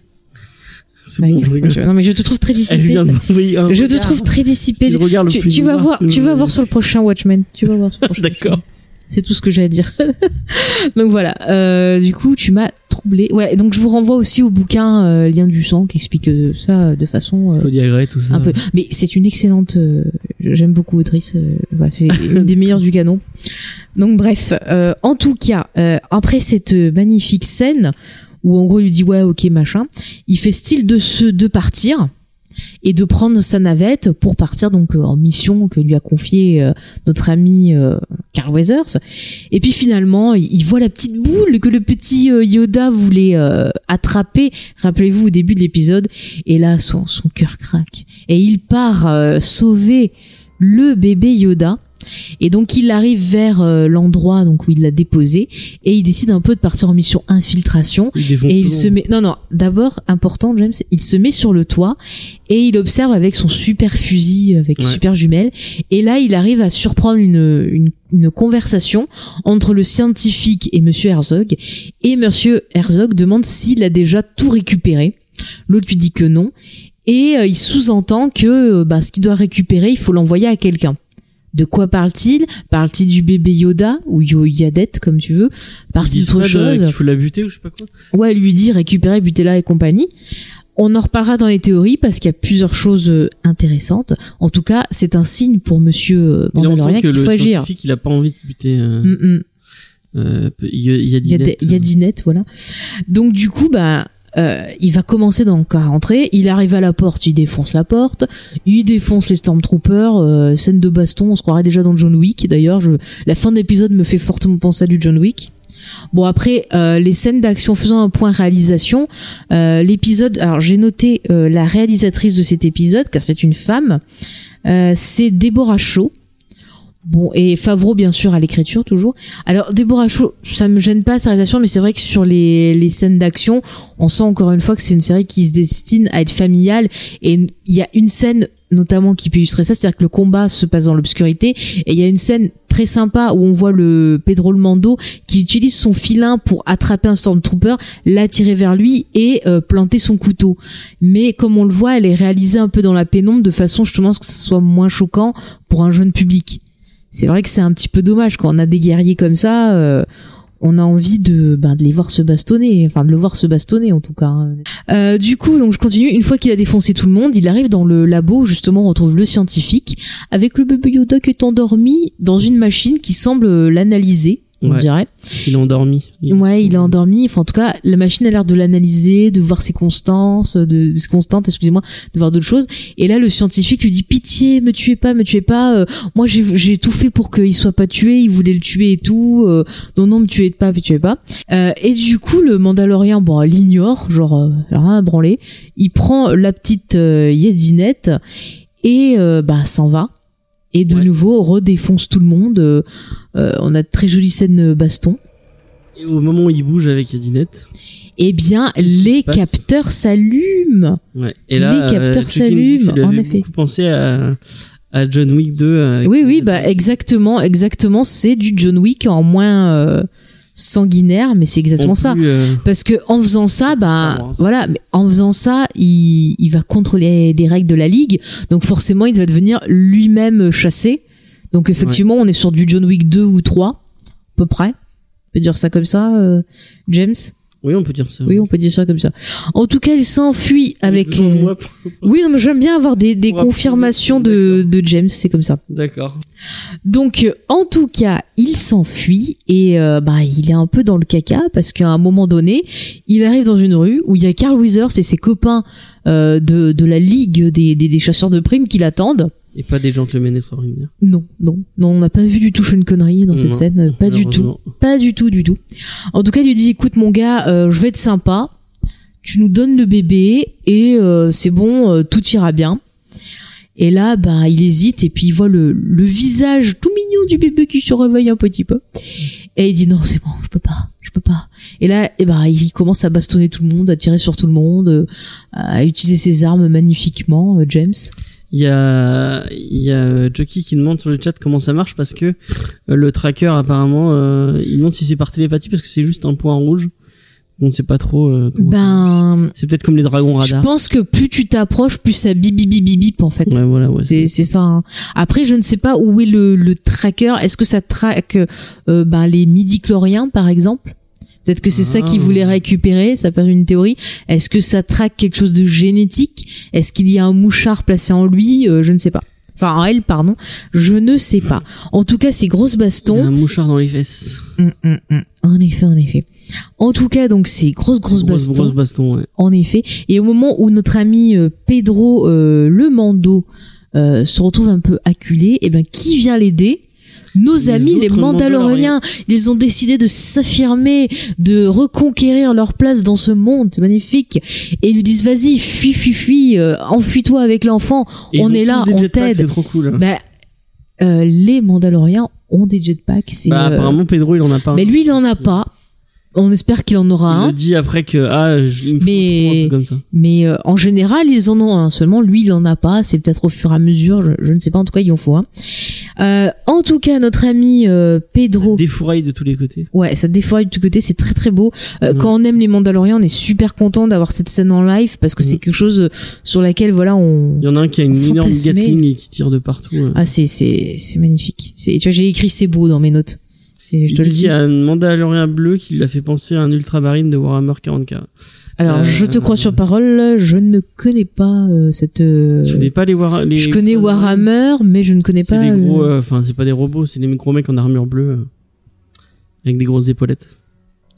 C'est bon, je rigole. Non mais je te trouve très dissipé. Je te trouve très dissipé. Tu vas voir sur le prochain Watchmen. Tu vas voir sur le prochain. D'accord. C'est tout ce que j'ai à dire. Donc voilà. Du coup, tu m'as troublé. Ouais. Donc je vous renvoie aussi au bouquin Lien du sang qui explique ça de façon. Claudia Gray, tout ça. Un peu. Mais c'est une excellente. J'aime beaucoup l'autrice. C'est une des meilleures du canon. Donc bref. En tout cas, après cette magnifique scène, où en gros il lui dit ouais ok machin, il fait style de partir et de prendre sa navette pour partir donc en mission que lui a confié notre ami Carl Weathers. Et puis finalement il voit la petite boule que le petit Yoda voulait attraper, rappelez-vous au début de l'épisode, et là son cœur craque et il part sauver le bébé Yoda. Et donc il arrive vers l'endroit donc où il l'a déposé, et il décide un peu de partir en mission infiltration, et il se met d'abord important James, il se met sur le toit et il observe avec son super fusil avec super jumelle, et là il arrive à surprendre une conversation entre le scientifique et monsieur Herzog, et monsieur Herzog demande s'il a déjà tout récupéré. L'autre lui dit que non, et il sous-entend que ce qu'il doit récupérer il faut l'envoyer à quelqu'un. De quoi parle-t-il ? Parle-t-il du bébé Yoda ou Yadette comme tu veux ? Parle-t-il d'autre chose ? Il faut la buter ou je sais pas quoi. Ouais, il lui dit récupérer, butez-la et compagnie. On en reparlera dans les théories parce qu'il y a plusieurs choses intéressantes. En tout cas, c'est un signe pour monsieur Mandalorian qu'il faut agir. Le scientifique, il a pas envie de buter Yadinette, voilà. Donc du coup, il va commencer donc à rentrer, il arrive à la porte, il défonce la porte, il défonce les Stormtroopers, scène de baston, on se croirait déjà dans John Wick. D'ailleurs, la fin de l'épisode me fait fortement penser à du John Wick. Bon après les scènes d'action, faisant un point réalisation, l'épisode, alors j'ai noté la réalisatrice de cet épisode car c'est une femme, c'est Deborah Shaw. Bon, et Favreau bien sûr à l'écriture toujours. Alors Deborah Shaw, ça me gêne pas sa réalisation, mais c'est vrai que sur les scènes d'action, on sent encore une fois que c'est une série qui se destine à être familiale, et il y a une scène notamment qui peut illustrer ça, c'est-à-dire que le combat se passe dans l'obscurité, et il y a une scène très sympa où on voit le Pedro le Mando qui utilise son filin pour attraper un Stormtrooper, l'attirer vers lui et planter son couteau. Mais comme on le voit, elle est réalisée un peu dans la pénombre de façon justement que ce soit moins choquant pour un jeune public. C'est vrai que c'est un petit peu dommage quand on a des guerriers comme ça. On a envie de les voir se bastonner, enfin de le voir se bastonner en tout cas. Du coup, donc je continue. Une fois qu'il a défoncé tout le monde, il arrive dans le labo où justement on retrouve le scientifique avec le bébé Yoda qui est endormi dans une machine qui semble l'analyser, on dirait. Il est endormi. Ouais, il est endormi. Enfin, en tout cas, la machine a l'air de l'analyser, de voir ses constantes, excusez-moi, de voir d'autres choses. Et là, le scientifique lui dit pitié, me tuez pas. Moi, j'ai tout fait pour qu'il soit pas tué. Il voulait le tuer et tout. Non, me tuez pas. Et du coup, le Mandalorien, l'ignore, genre rien à branler. Il prend la petite Yedinette et s'en va. Et de nouveau, redéfonce tout le monde. On a de très jolies scènes baston. Et au moment où il bouge avec Yedinette, eh bien, les capteurs s'allument. Ouais. Et là, les capteurs s'allument, en effet. Beaucoup pensé à John Wick 2. Oui, exactement. C'est du John Wick en moins sanguinaire, mais c'est exactement ça. Parce que en faisant ça, en faisant ça, il va contre les règles de la Ligue. Donc forcément, il va devenir lui-même chassé. Donc effectivement, on est sur du John Wick 2 ou 3, à peu près. On peut dire ça comme ça, James? Oui, on peut dire ça. Oui, on peut dire ça comme ça. En tout cas, il s'enfuit avec... Oui, non, mais j'aime bien avoir des confirmations de James, c'est comme ça. D'accord. Donc, en tout cas, il s'enfuit et il est un peu dans le caca parce qu'à un moment donné, il arrive dans une rue où il y a Carl Weathers et ses copains de la Ligue des chasseurs de primes qui l'attendent. Et pas des gentlemen extraordinaires. Non, on n'a pas vu du tout Sean Connery dans cette scène, pas du tout. En tout cas, il lui dit écoute mon gars, je vais être sympa, tu nous donnes le bébé et c'est bon, tout ira bien. Et là, il hésite et puis il voit le visage tout mignon du bébé qui se réveille un petit peu. Et il dit non, c'est bon, je peux pas. Et là, il commence à bastonner tout le monde, à tirer sur tout le monde, à utiliser ses armes magnifiquement, James. Il y a Jockey qui demande sur le chat comment ça marche parce que le tracker apparemment il demande si c'est par télépathie parce que c'est juste un point rouge. On ne sait pas trop c'est peut-être comme les dragons radars. Je pense que plus tu t'approches, plus ça bip bip bip bip bip en fait. Ouais, voilà, c'est ça. Hein. Après, je ne sais pas où est le tracker. Est-ce que ça traque les midi-chloriens par exemple? Peut-être que c'est ça qu'il voulait récupérer, ça peut être une théorie. Est-ce que ça traque quelque chose de génétique? Est-ce qu'il y a un mouchard placé en lui? Je ne sais pas. Enfin, en elle, pardon. Je ne sais pas. En tout cas, ces grosses bastons... Il y a un mouchard dans les fesses. En effet. En tout cas, donc, ces grosses bastons. Grosses bastons, ouais. En effet. Et au moment où notre ami Pedro le Mando se retrouve un peu acculé, qui vient l'aider? Nos amis les Mandaloriens, ils ont décidé de s'affirmer, de reconquérir leur place dans ce monde, c'est magnifique. Et ils lui disent vas-y, fuis, enfuis-toi avec l'enfant, on est là, on t'aide. C'est trop cool. Les Mandaloriens ont des jetpacks. Apparemment Pedro il en a pas. Mais lui il en a pas. On espère qu'il en aura un. Il dit après que il me faut un truc comme ça. Mais en général ils en ont un. Seulement lui il en a pas. C'est peut-être au fur et à mesure. Je ne sais pas. En tout cas il en faut un. En tout cas notre ami Pedro. Ça défouraille de tous les côtés. Ouais, ça défouraille de tous les côtés. C'est très très beau. Quand on aime les Mandaloriens, on est super content d'avoir cette scène en live parce que c'est quelque chose sur laquelle on. Il y en a un qui a une énorme Gatling et qui tire de partout. Ah c'est magnifique. Tu vois j'ai écrit c'est beau dans mes notes. Je te le dis. Il y a un Mandalorien bleu qui l'a fait penser à un ultramarine de Warhammer 40K. Alors, je te crois sur parole, je ne connais pas cette... Tu connais pas les je connais Warhammer, mais je ne connais pas... C'est des gros... c'est pas des robots, c'est des gros mecs en armure bleue, avec des grosses épaulettes.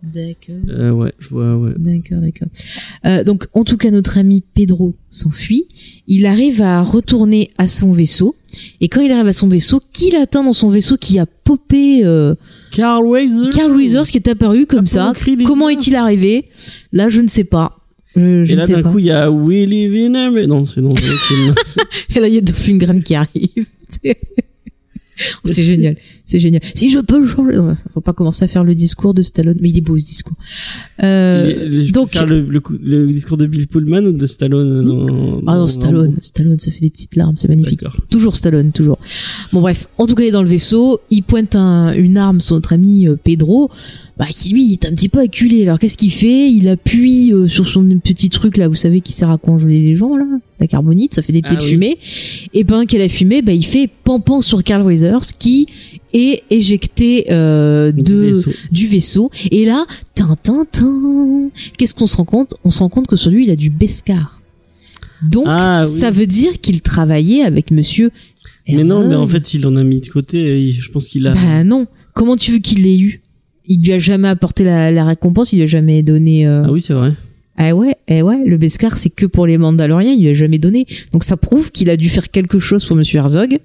D'accord. Ouais, je vois, ouais. D'accord. Donc, en tout cas, notre ami Pedro s'enfuit. Il arrive à retourner à son vaisseau. Et quand il arrive à son vaisseau, qui l'attend dans son vaisseau, qui a popé Carl Weathers qui est apparu comme ça. Comment est-il arrivé? Là, je ne sais pas. Je et là, d'un coup, il y a We Live in a... Mais non, c'est dans un autre film. Et là, il y a Dolph Lundgren qui arrive. C'est génial. C'est génial. Si je peux changer. Non, faut pas commencer à faire le discours de Stallone, mais il est beau ce discours. Donc faire le discours de Bill Pullman ou de Stallone Stallone, ça fait des petites larmes, c'est magnifique. D'accord. Toujours Stallone, toujours. Bon bref, en tout cas il est dans le vaisseau, il pointe une arme sur notre ami Pedro, qui lui il est un petit peu acculé. Alors qu'est-ce qu'il fait? Il appuie sur son petit truc là, vous savez, qui sert à congeler les gens là, la carbonite, ça fait des petites fumées. Et pendant qu'elle a fumé, il fait pan sur Carl Weathers qui est éjecté du vaisseau. Et là, qu'est-ce qu'on se rend compte? On se rend compte que sur lui, il a du Beskar. Donc, ça veut dire qu'il travaillait avec monsieur Herzog. Mais non, mais en fait, il en a mis de côté. Je pense qu'il a... Bah non. Comment tu veux qu'il l'ait eu? Il lui a jamais apporté la récompense, il lui a jamais donné... Ah oui, c'est vrai. Ah ouais, le Beskar, c'est que pour les Mandaloriens, il lui a jamais donné. Donc ça prouve qu'il a dû faire quelque chose pour monsieur Herzog.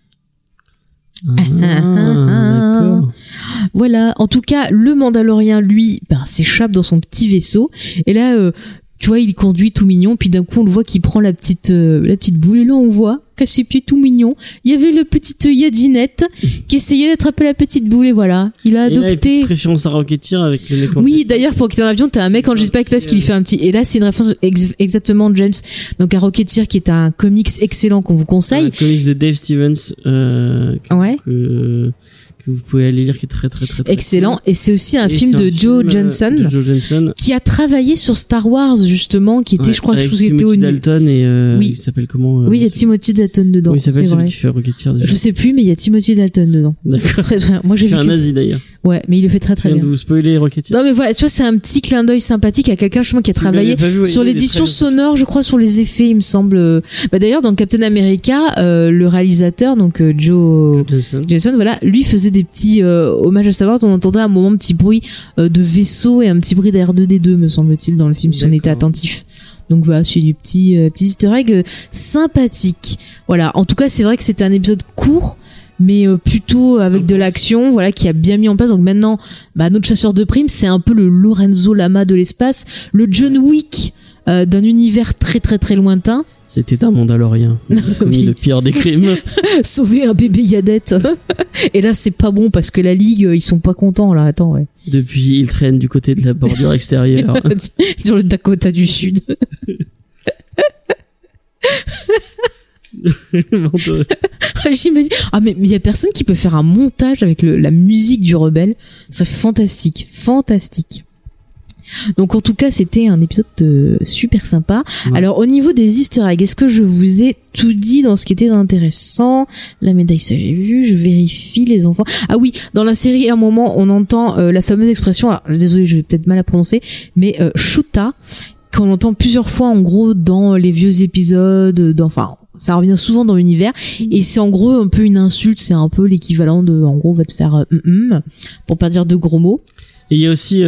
D'accord. Voilà. En tout cas, le Mandalorien, lui, s'échappe dans son petit vaisseau. Et là, tu vois, il conduit tout mignon. Puis d'un coup, on le voit qu'il prend la petite boule. Et là, on voit qu'à ses pieds tout mignon, il y avait le petit Yadinette qui essayait d'attraper la petite boule. Et voilà, il a adopté. Et là, très chiant sa Rocketeer avec le mec en Oui, d'ailleurs, pour quitter l'avion, t'as un mec en jetpack parce qu'il fait un petit. Et là, c'est une référence exactement de James. Donc, à Rocketeer, qui est un comics excellent qu'on vous conseille. Un comics de Dave Stevens. Que vous pouvez aller lire, qui est très excellent. Cool. Et c'est aussi un film de Joe Johnson qui a travaillé sur Star Wars justement, qui était, je crois que c'était au Dalton et il s'appelle comment oui, il y a Timothy Dalton dedans. Oui, il s'appelle celui qui fait Rocketeer déjà. Je sais plus, mais il y a Timothy Dalton dedans. D'accord. Très bien. Moi, j'ai vu un nazi d'ailleurs. Ouais, mais il le fait très bien. Je viens de vous spoiler Rocketeer. Non, mais voilà, tu vois, c'est un petit clin d'œil sympathique à quelqu'un justement qui a travaillé sur l'édition sonore, je crois, sur les effets, il me semble. D'ailleurs, dans Captain America, le réalisateur, donc Joe Johnson, voilà, lui faisait des petits hommages à Star Wars. On entendait à un moment un petit bruit de vaisseau et un petit bruit d'R2D2, me semble-t-il, dans le film, si on était attentif. Donc voilà, c'est des petits easter eggs sympathiques. Voilà, en tout cas, c'est vrai que c'était un épisode court, mais plutôt avec de l'action, voilà, qui a bien mis en place. Donc maintenant, notre chasseur de primes, c'est un peu le Lorenzo Lama de l'espace, le John Wick d'un univers très très très lointain. C'était un Mandalorien. Il a commis le pire des crimes. Sauver un bébé Yadette. Et là, c'est pas bon parce que la Ligue, ils sont pas contents, là. Attends, ouais. Depuis, ils traînent du côté de la bordure extérieure. Sur le Dakota du Sud. J'imagine. Mais il y a personne qui peut faire un montage avec la musique du rebelle. C'est fantastique. Donc en tout cas, c'était un épisode super sympa. Ouais. Alors au niveau des easter eggs, est-ce que je vous ai tout dit dans ce qui était intéressant? La médaille, ça j'ai vu, je vérifie les enfants. Ah oui, dans la série, à un moment, on entend la fameuse expression, alors désolé, je vais peut-être mal la prononcer, mais Shuta, qu'on entend plusieurs fois en gros dans les vieux épisodes, ça revient souvent dans l'univers, et c'est en gros un peu une insulte, c'est un peu l'équivalent de, en gros, on va te faire pour pas dire de gros mots. Et il y a aussi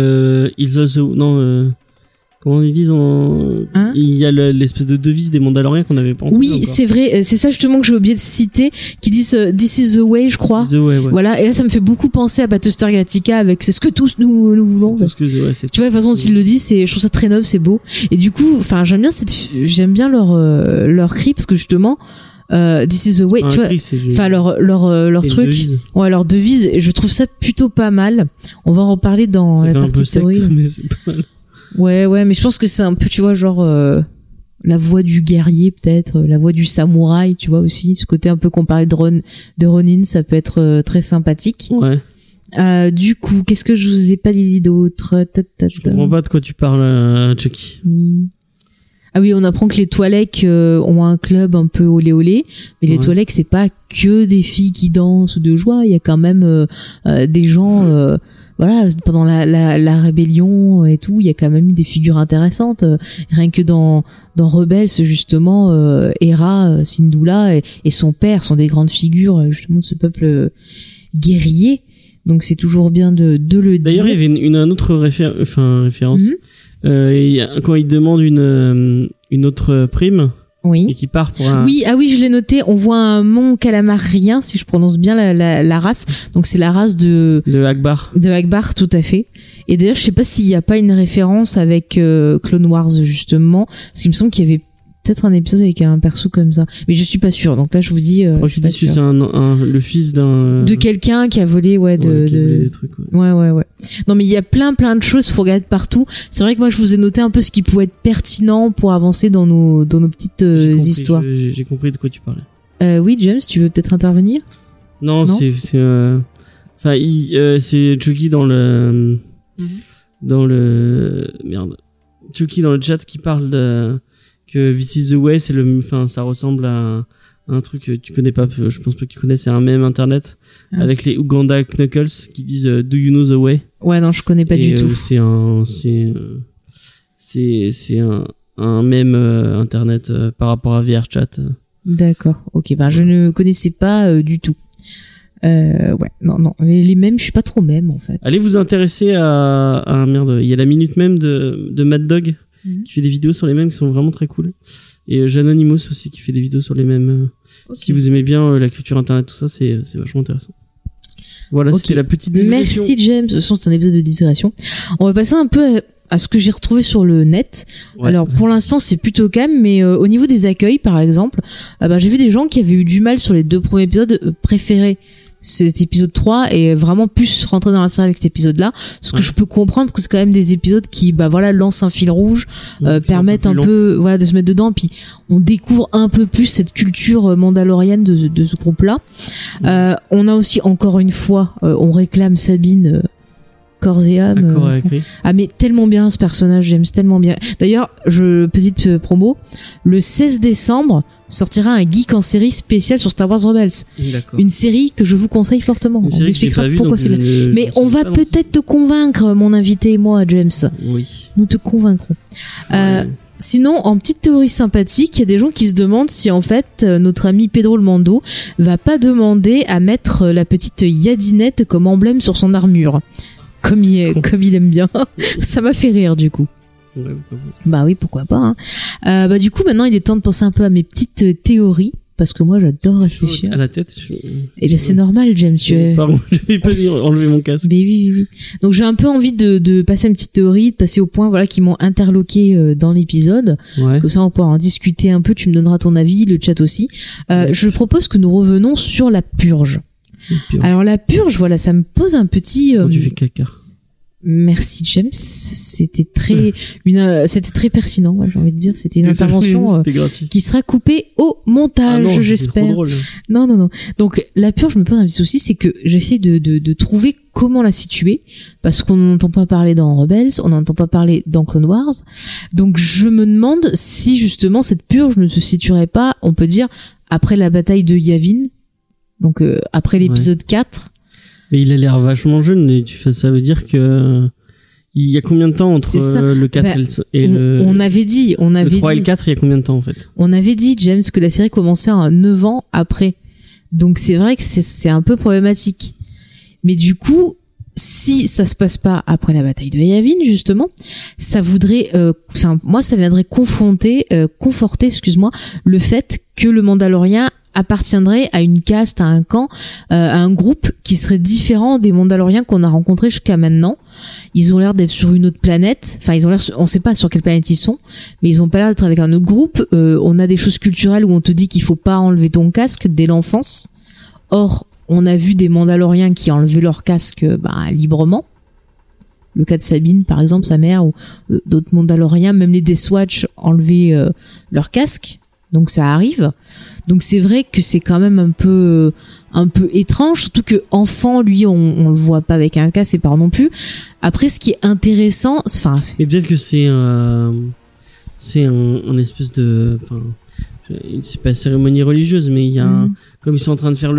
comment ils disent il y a l'espèce de devise des Mandaloriens qu'on n'avait pas entendu. Oui, c'est vrai, c'est ça justement que j'ai oublié de citer, qui disent This is the way, je crois. The way, ouais. Voilà, et là ça me fait beaucoup penser à Battlestar Galactica avec c'est ce que tous nous voulons. Tout ce que, ouais, c'est... Tu vois la façon dont ils le disent, je trouve ça très noble, c'est beau. Et du coup, j'aime bien leur cri parce que justement This is the way, tu vois, leur truc, ouais, leur devise, et je trouve ça plutôt pas mal. On va en reparler dans la partie théorie. Mais c'est pas mal. Ouais, mais je pense que c'est un peu, tu vois, genre la voix du guerrier peut-être, la voix du samouraï, tu vois aussi, ce côté un peu comparé de Ronin, ça peut être très sympathique. Ouais. Du coup, qu'est-ce que je vous ai pas dit d'autre? Je comprends pas de quoi tu parles, Chucky. Oui. Ah oui, on apprend que les Twi'lek ont un club un peu olé olé, mais les Twi'lek c'est pas que des filles qui dansent de joie, il y a quand même des gens voilà, pendant la rébellion et tout, il y a quand même eu des figures intéressantes, rien que dans Rebels justement, Hera, Syndulla et son père sont des grandes figures justement de ce peuple guerrier. Donc c'est toujours bien de le dire. D'ailleurs, il y avait une autre référence. Quand il demande une autre prime. Oui. Et qui part pour un... Oui, je l'ai noté. On voit un mont calamarien, si je prononce bien la race. Donc c'est la race de Akbar. De Akbar, tout à fait. Et d'ailleurs, je sais pas s'il y a pas une référence avec Clone Wars justement, parce qu'il me semble qu'il y avait peut-être un épisode avec un perso comme ça, mais je suis pas sûre. Donc là, je vous dis. Je suis pas sûr. C'est le fils d'un. De quelqu'un qui a volé, des trucs. Ouais. Non, mais il y a plein de choses. Faut regarder partout. C'est vrai que moi, je vous ai noté un peu ce qui pouvait être pertinent pour avancer dans nos petites histoires. J'ai compris de quoi tu parlais. Oui, James, tu veux peut-être intervenir? Non, c'est Chucky Chucky dans le chat qui parle que This is the way, ça ressemble à un truc que tu connais pas, je pense pas que tu connais, c'est un mème internet avec les Uganda Knuckles qui disent Do you know the way? Ouais, non, je connais pas du tout. C'est un mème internet par rapport à VRChat. D'accord. OK, je ne connaissais pas du tout. Ouais, non, les mèmes, je suis pas trop mème en fait. Allez vous intéresser à il y a la minute même de Mad Dog qui fait des vidéos sur les mèmes qui sont vraiment très cool. Et Janonymous aussi qui fait des vidéos sur les mèmes. Okay. Si vous aimez bien la culture internet, tout ça, c'est vachement intéressant. Voilà, c'était la petite digression. Merci James, c'est un épisode de digression. On va passer un peu à ce que j'ai retrouvé sur le net. Ouais. Alors pour l'instant c'est plutôt calme, mais au niveau des accueils par exemple, j'ai vu des gens qui avaient eu du mal sur les 2 premiers épisodes, préféraient cet épisode 3 et vraiment plus rentrer dans la série avec cet épisode-là. Ce que je peux comprendre, parce que c'est quand même des épisodes qui, lancent un fil rouge, permettent un peu, de se mettre dedans, puis on découvre un peu plus cette culture mandalorienne de ce groupe-là. On a aussi, encore une fois, on réclame Sabine, corps et âme. Mais tellement bien ce personnage, j'aime tellement bien. D'ailleurs, petite promo, le 16 décembre sortira un geek en série spécial sur Star Wars Rebels. D'accord. Une série que je vous conseille fortement. On expliquera pourquoi c'est bien. Mais on va peut-être te convaincre, mon invité et moi, James. Oui. Nous te convaincrons. Ouais. Sinon, en petite théorie sympathique, il y a des gens qui se demandent si en fait notre ami Pedro le Mando va pas demander à mettre la petite Yadinette comme emblème sur son armure. Comme il aime bien. Ça m'a fait rire du coup. Ouais, oui, pourquoi pas. Du coup, maintenant, il est temps de penser un peu à mes petites théories, parce que moi, j'adore réfléchir. À la tête. Et bien, c'est normal, James. Pardon, je vais pas enlever mon casque. Mais oui. Donc, j'ai un peu envie de passer une petite théorie, de passer aux points, qui m'ont interloqué dans l'épisode. Ouais. Comme ça, on pourra en discuter un peu. Tu me donneras ton avis, le chat aussi. Je propose que nous revenons sur la purge. Alors, la purge, ça me pose un petit. Quand tu fais caca. Merci James, c'était très pertinent, j'ai envie de dire, c'était une intervention qui sera coupée au montage, j'espère. Non. Donc la purge me pose un petit souci, c'est que j'essaie de trouver comment la situer, parce qu'on n'entend pas parler dans Rebels, on n'entend pas parler dans Clone Wars. Donc je me demande si justement cette purge ne se situerait pas, on peut dire, après la bataille de Yavin, donc après l'épisode 4. Mais il a l'air vachement jeune, et ça veut dire que il y a combien de temps entre le 4 et le... On avait dit... Le 3 et le 4, il y a combien de temps en fait? On avait dit, James, que la série commençait à 9 ans après. Donc c'est vrai que c'est un peu problématique. Mais du coup, si ça se passe pas après la bataille de Yavin, justement, ça voudrait... moi, ça viendrait conforter, le fait que le Mandalorien appartiendrait à une caste, à un camp, à un groupe qui serait différent des Mandaloriens qu'on a rencontrés jusqu'à maintenant. Ils ont l'air d'être sur une autre planète. Enfin, on sait pas sur quelle planète ils sont, mais ils ont pas l'air d'être avec un autre groupe. On a des choses culturelles où on te dit qu'il faut pas enlever ton casque dès l'enfance. Or, on a vu des Mandaloriens qui enlevaient leur casque, librement. Le cas de Sabine, par exemple, sa mère, ou d'autres Mandaloriens, même les Death Watch enlevaient leur casque. Donc ça arrive. Donc c'est vrai que c'est quand même un peu étrange, surtout que enfant, lui, on le voit pas avec un casque, ses parents non plus. Après, ce qui est intéressant, mais peut-être que c'est un espèce de, c'est pas cérémonie religieuse, mais il y a comme ils sont en train de faire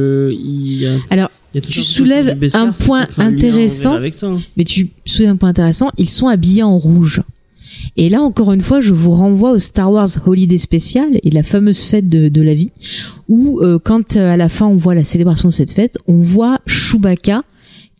alors tu soulèves un point intéressant, mais tu soulèves un point intéressant. Ils sont habillés en rouge. Et là, encore une fois, je vous renvoie au Star Wars Holiday Special et la fameuse fête de la vie, où quand à la fin on voit la célébration de cette fête, on voit Chewbacca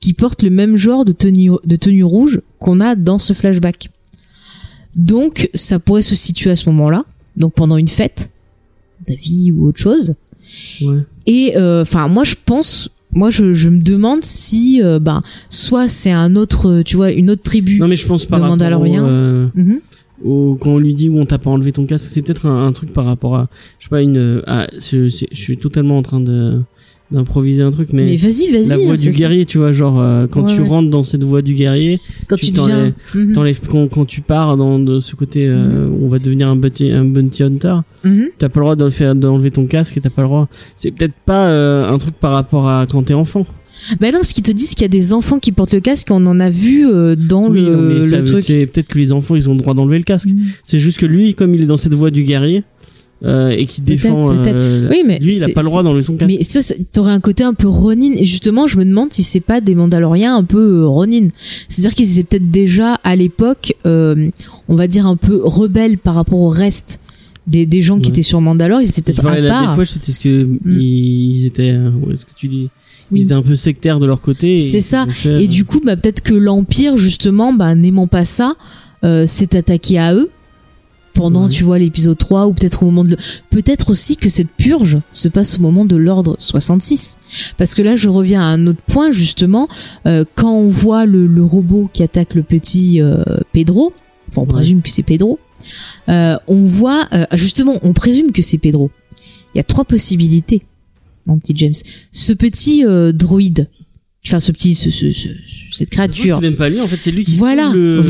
qui portent le même genre de tenue rouge qu'on a dans ce flashback. Donc ça pourrait se situer à ce moment-là, donc pendant une fête d'avis ou autre chose. Ouais. Et moi je me demande si soit c'est un autre, tu vois, une autre tribu. Non mais je pense par de Mandaloriens. Quand on lui dit où on t'a pas enlevé ton casque, c'est peut-être un truc par rapport à, je sais pas, je suis totalement en train d'improviser un truc, mais vas-y, la voix du guerrier, tu vois, genre quand tu rentres dans cette voie du guerrier, quand tu deviens t'enlèves quand tu pars de ce côté où on va devenir un bounty hunter, t'as pas le droit d'enlever ton casque et t'as pas le droit. C'est peut-être pas un truc par rapport à quand t'es enfant. Ben non, parce qu'ils te disent qu'il y a des enfants qui portent le casque, on en a vu dans le truc. C'est peut-être que les enfants ils ont le droit d'enlever le casque. C'est juste que lui, comme il est dans cette voie du guerrier et qui défend, oui, mais lui il a pas le droit d'enlever son casque. Mais ça, t'aurais un côté un peu Ronin, et justement je me demande si c'est pas des Mandaloriens un peu Ronin. C'est-à-dire qu'ils étaient peut-être déjà à l'époque, on va dire un peu rebelles par rapport au reste des gens qui étaient sur Mandalore. Ils étaient peut-être à part. Des fois, je ce que ils étaient, ce que tu dis. Ils étaient un peu sectaires de leur côté. C'est ça. Et du coup, peut-être que l'Empire, justement, n'aimant pas ça, s'est attaqué à eux pendant, tu vois, l'épisode 3, ou peut-être au moment peut-être aussi que cette purge se passe au moment de l'ordre 66. Parce que là, je reviens à un autre point, justement, quand on voit le robot qui attaque le petit Pedro, enfin, on présume que c'est Pedro, on voit, justement, on présume que c'est Pedro. Il y a 3 possibilités. Mon petit James, ce petit droïde, enfin cette créature. C'est même pas lui, en fait, c'est lui qui. Voilà.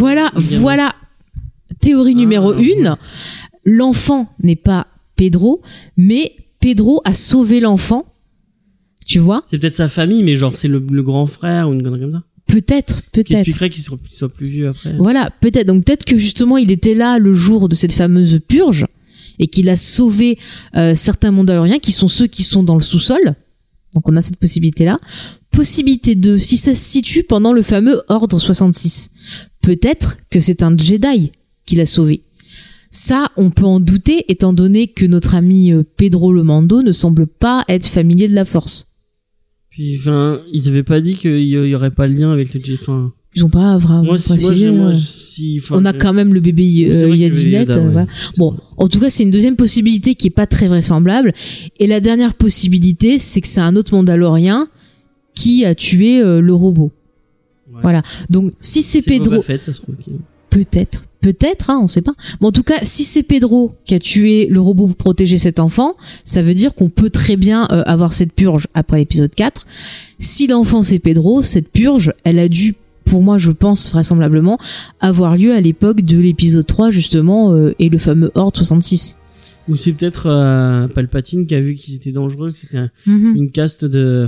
Théorie numéro 1, l'enfant n'est pas Pedro, mais Pedro a sauvé l'enfant. Tu vois ? C'est peut-être sa famille, mais genre c'est le grand frère ou une connerie comme ça. Peut-être. Qui expliquerait qu'il soit plus vieux après. Voilà, peut-être. Donc peut-être que justement il était là le jour de cette fameuse purge. Et qu'il a sauvé certains Mandaloriens qui sont ceux qui sont dans le sous-sol. Donc on a cette possibilité-là. Possibilité 2, si ça se situe pendant le fameux Ordre 66, peut-être que c'est un Jedi qui l'a sauvé. Ça, on peut en douter, étant donné que notre ami Pedro le Mando ne semble pas être familier de la Force. Puis, ils avaient pas dit qu'il y aurait pas le lien avec le Jedi. Ils ont pas vraiment précisé. On a quand même le bébé Yadinet. Voilà. Bon, en tout cas, c'est une deuxième possibilité qui est pas très vraisemblable. Et la dernière possibilité, c'est que c'est un autre Mandalorien qui a tué le robot. Ouais. Voilà. Donc, si c'est Pedro, ça se trouve, peut-être, on sait pas. Mais en tout cas, si c'est Pedro qui a tué le robot pour protéger cet enfant, ça veut dire qu'on peut très bien avoir cette purge après l'épisode 4. Si l'enfant c'est Pedro, cette purge, elle a dû, pour moi, je pense vraisemblablement, avoir lieu à l'époque de l'épisode 3, justement, et le fameux Horde 66. Ou c'est peut-être Palpatine qui a vu qu'ils étaient dangereux, que c'était une caste de,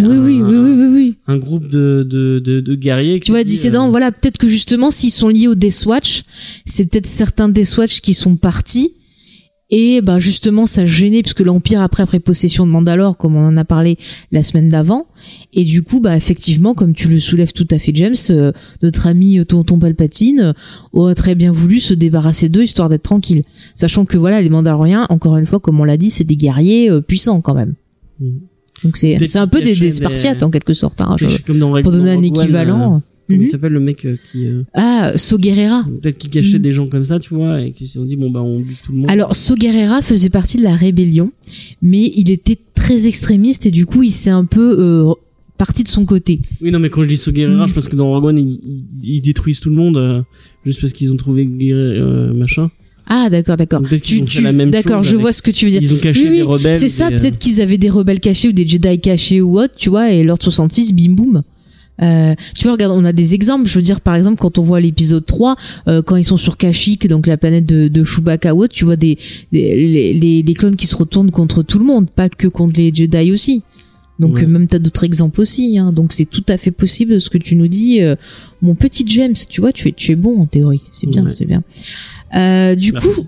un groupe de guerriers. Tu vois, dissidents, voilà, peut-être que justement, s'ils sont liés au Death Watch, c'est peut-être certains Death Watch qui sont partis. Et justement ça gênait puisque l'Empire après a pris possession de Mandalore, comme on en a parlé la semaine d'avant, et du coup effectivement, comme tu le soulèves tout à fait James, notre ami tonton Palpatine aurait très bien voulu se débarrasser d'eux histoire d'être tranquille, sachant que voilà, les Mandaloriens, encore une fois comme on l'a dit, c'est des guerriers puissants quand même. Donc c'est un peu des Spartiates en quelque sorte, hein, pour donner un équivalent. Comment il s'appelle le mec qui Saw Gerrera. Peut-être qu'il cachait des gens comme ça, tu vois, et qu'ils se sont dit on bute tout le monde. Alors Saw Gerrera faisait partie de la rébellion, mais il était très extrémiste et du coup il s'est un peu parti de son côté. Oui, non, mais quand je dis Saw Gerrera, je pense que dans Rogue One ils détruisent tout le monde juste parce qu'ils ont trouvé machin. Ah d'accord. D'accord, je vois ce que tu veux dire. Ils ont caché des rebelles. C'est ça, peut-être qu'ils avaient des rebelles cachés ou des Jedi cachés ou autre, tu vois, et l'Ordre 66, bim boum. Tu vois, regarde, on a des exemples. Je veux dire, par exemple, quand on voit l'épisode 3, quand ils sont sur Kashyyyk, donc la planète de Chewbacca, tu vois les clones qui se retournent contre tout le monde, pas que contre les Jedi aussi. Donc même t'as d'autres exemples aussi, hein. Donc c'est tout à fait possible ce que tu nous dis, mon petit James. Tu vois, tu es bon en théorie. C'est bien, c'est bien. Du coup.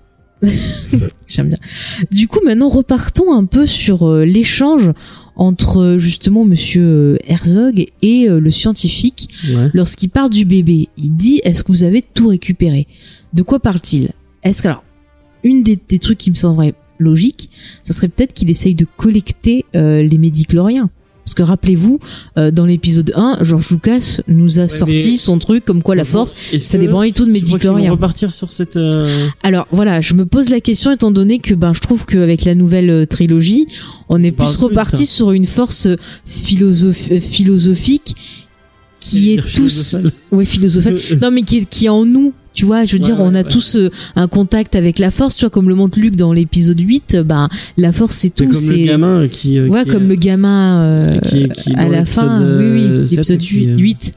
J'aime bien. Du coup, maintenant repartons un peu sur l'échange entre justement monsieur Herzog et le scientifique lorsqu'il parle du bébé. Il dit: est-ce que vous avez tout récupéré? De quoi parle-t-il? Est-ce que, alors, une des trucs qui me semblerait logique, ça serait peut-être qu'il essaye de collecter les médicloriens. Parce que rappelez-vous, dans l'épisode 1, George Lucas nous a sorti son truc comme quoi la force, ça dépend du tout de midi-chlorien. Repartir sur cette. Alors voilà, je me pose la question étant donné que je trouve qu'avec la nouvelle trilogie, on est plus reparti sur une force philosophique qui est tous, philosophale. Non mais qui est en nous. Tu vois, je veux dire, on a tous un contact avec la force, tu vois, comme le montre Luke dans l'épisode 8, la force c'est tout, c'est comme le gamin qui comme le gamin qui à la fin, l'épisode 8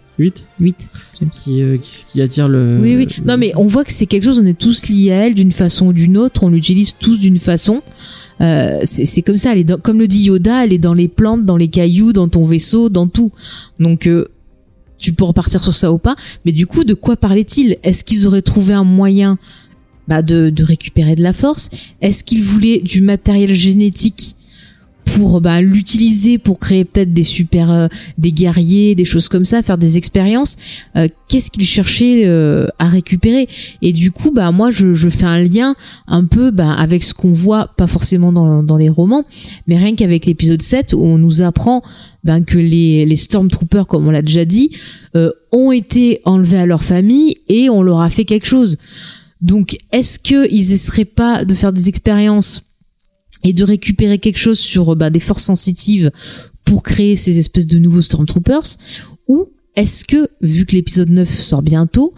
qui attire le Non mais on voit que c'est quelque chose, on est tous liés à elle d'une façon ou d'une autre, on l'utilise tous d'une façon. C'est comme ça, elle est comme le dit Yoda, elle est dans les plantes, dans les cailloux, dans ton vaisseau, dans tout. Donc tu peux repartir sur ça ou pas, mais du coup, de quoi parlait-il? Est-ce qu'ils auraient trouvé un moyen de récupérer de la force? Est-ce qu'ils voulaient du matériel génétique pour l'utiliser pour créer peut-être des guerriers, des choses comme ça, faire des expériences? Qu'est-ce qu'ils cherchaient à récupérer? Et du coup, moi, je fais un lien un peu avec ce qu'on voit, pas forcément dans les romans, mais rien qu'avec l'épisode 7 où on nous apprend que les Stormtroopers, comme on l'a déjà dit, ont été enlevés à leur famille et on leur a fait quelque chose. Donc, est-ce qu'ils essaieraient pas de faire des expériences et de récupérer quelque chose sur des forces sensitives pour créer ces espèces de nouveaux Stormtroopers? Ou est-ce que, vu que l'épisode 9 sort bientôt,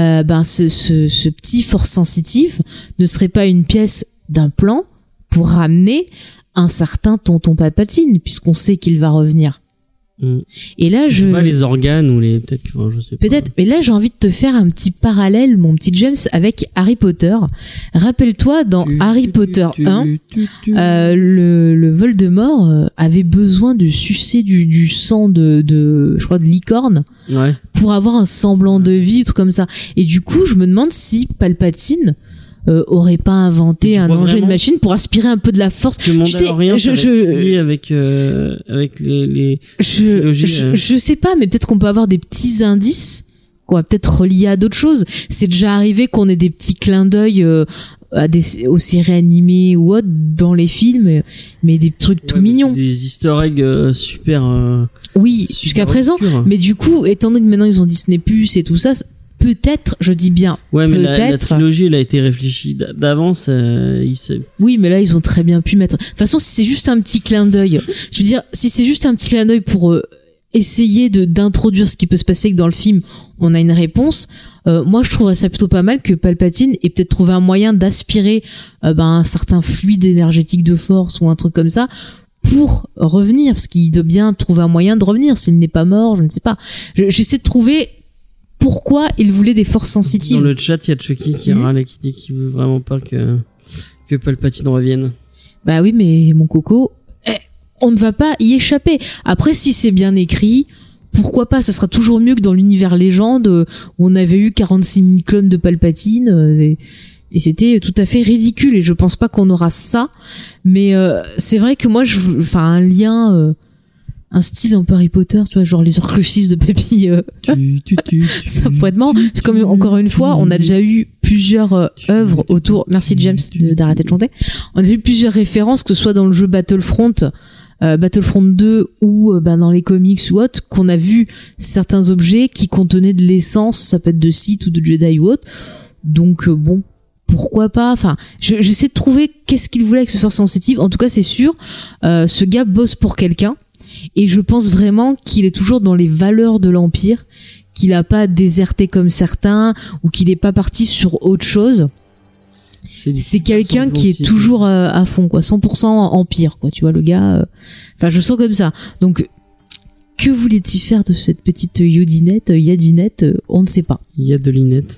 ce petit force sensitive ne serait pas une pièce d'un plan pour ramener un certain tonton Palpatine, puisqu'on sait qu'il va revenir? Et là, je sais pas, les organes ou les je sais pas. Peut-être, mais là j'ai envie de te faire un petit parallèle, mon petit James, avec Harry Potter. Rappelle-toi, dans Harry Potter 1, le Voldemort avait besoin de sucer du sang de je crois de licorne pour avoir un semblant de vie, tout comme ça. Et du coup, je me demande si Palpatine aurait pas inventé un engin, une machine pour aspirer un peu de la force. Tu sais, avec les je sais pas, mais peut-être qu'on peut avoir des petits indices qu'on va peut-être relier à d'autres choses. C'est déjà arrivé qu'on ait des petits clins d'œil aux séries animées ou autres dans les films, mais des trucs tout mignons. Des easter eggs super. Jusqu'à présent. Mais du coup, étant donné que maintenant ils ont Disney+ et tout ça, peut-être, je dis bien, mais peut-être. La trilogie, elle a été réfléchie d'avance. Oui, mais là, ils ont très bien pu mettre. De toute façon, si c'est juste un petit clin d'œil, je veux dire, si c'est juste un petit clin d'œil pour essayer d'introduire ce qui peut se passer, que dans le film, on a une réponse. Moi, je trouverais ça plutôt pas mal que Palpatine ait peut-être trouvé un moyen d'aspirer un certain fluide énergétique de force ou un truc comme ça pour revenir, parce qu'il doit bien trouver un moyen de revenir s'il n'est pas mort, je ne sais pas. J'essaie de trouver pourquoi il voulait des forces sensitives. Dans le chat, il y a Chucky qui râle et qui dit qu'il veut vraiment pas que Palpatine revienne. Bah oui, mais mon coco, on ne va pas y échapper. Après, si c'est bien écrit, pourquoi pas? Ça sera toujours mieux que dans l'univers légende où on avait eu 46 000 clones de Palpatine et c'était tout à fait ridicule. Et je pense pas qu'on aura ça. Mais c'est vrai que moi, un lien. Un style un peu Harry Potter, tu vois, genre les Horcruxes de Papy. Ça pourrait être marrant. Comme encore une fois, on a déjà eu plusieurs œuvres autour. Merci James d'arrêter de chanter. On a eu plusieurs références, que ce soit dans le jeu Battlefront 2 ou dans les comics ou autres, qu'on a vu certains objets qui contenaient de l'essence, ça peut être de Sith ou de Jedi ou autre. Donc bon. Pourquoi pas? Enfin, j'essaie de trouver qu'est-ce qu'il voulait avec ce force sensitive. En tout cas, c'est sûr, ce gars bosse pour quelqu'un. Et je pense vraiment qu'il est toujours dans les valeurs de l'Empire, qu'il a pas déserté comme certains, ou qu'il est pas parti sur autre chose. C'est quelqu'un qui est toujours à fond, quoi, 100% Empire, quoi. Tu vois, le gars. Enfin, je sens comme ça. Donc, que voulait-il faire de cette petite Yadinette, on ne sait pas. Yadolinette.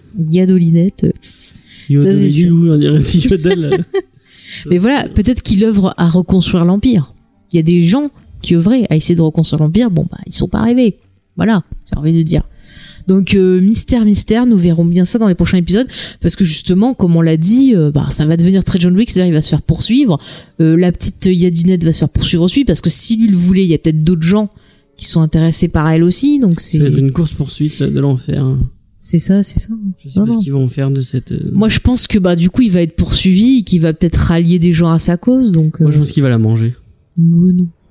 Ça, c'est sûr. On dirait si Yodel. Mais voilà, peut-être qu'il œuvre à reconstruire l'Empire. Il y a des gens qui œuvraient à essayer de reconstruire l'Empire, ils sont pas arrivés. Voilà, j'ai envie de dire. Donc mystère, nous verrons bien ça dans les prochains épisodes, parce que justement, comme on l'a dit, ça va devenir très John Wick, c'est-à-dire il va se faire poursuivre. La petite Yadinette va se faire poursuivre aussi, parce que si lui le voulait, il y a peut-être d'autres gens qui sont intéressés par elle aussi, donc c'est. Ça va être une course-poursuite de l'enfer. C'est ça. Je sais pas ce qu'ils vont faire de cette. Moi, je pense que du coup, il va être poursuivi, et qu'il va peut-être rallier des gens à sa cause, donc. Moi, je pense qu'il va la manger. Non.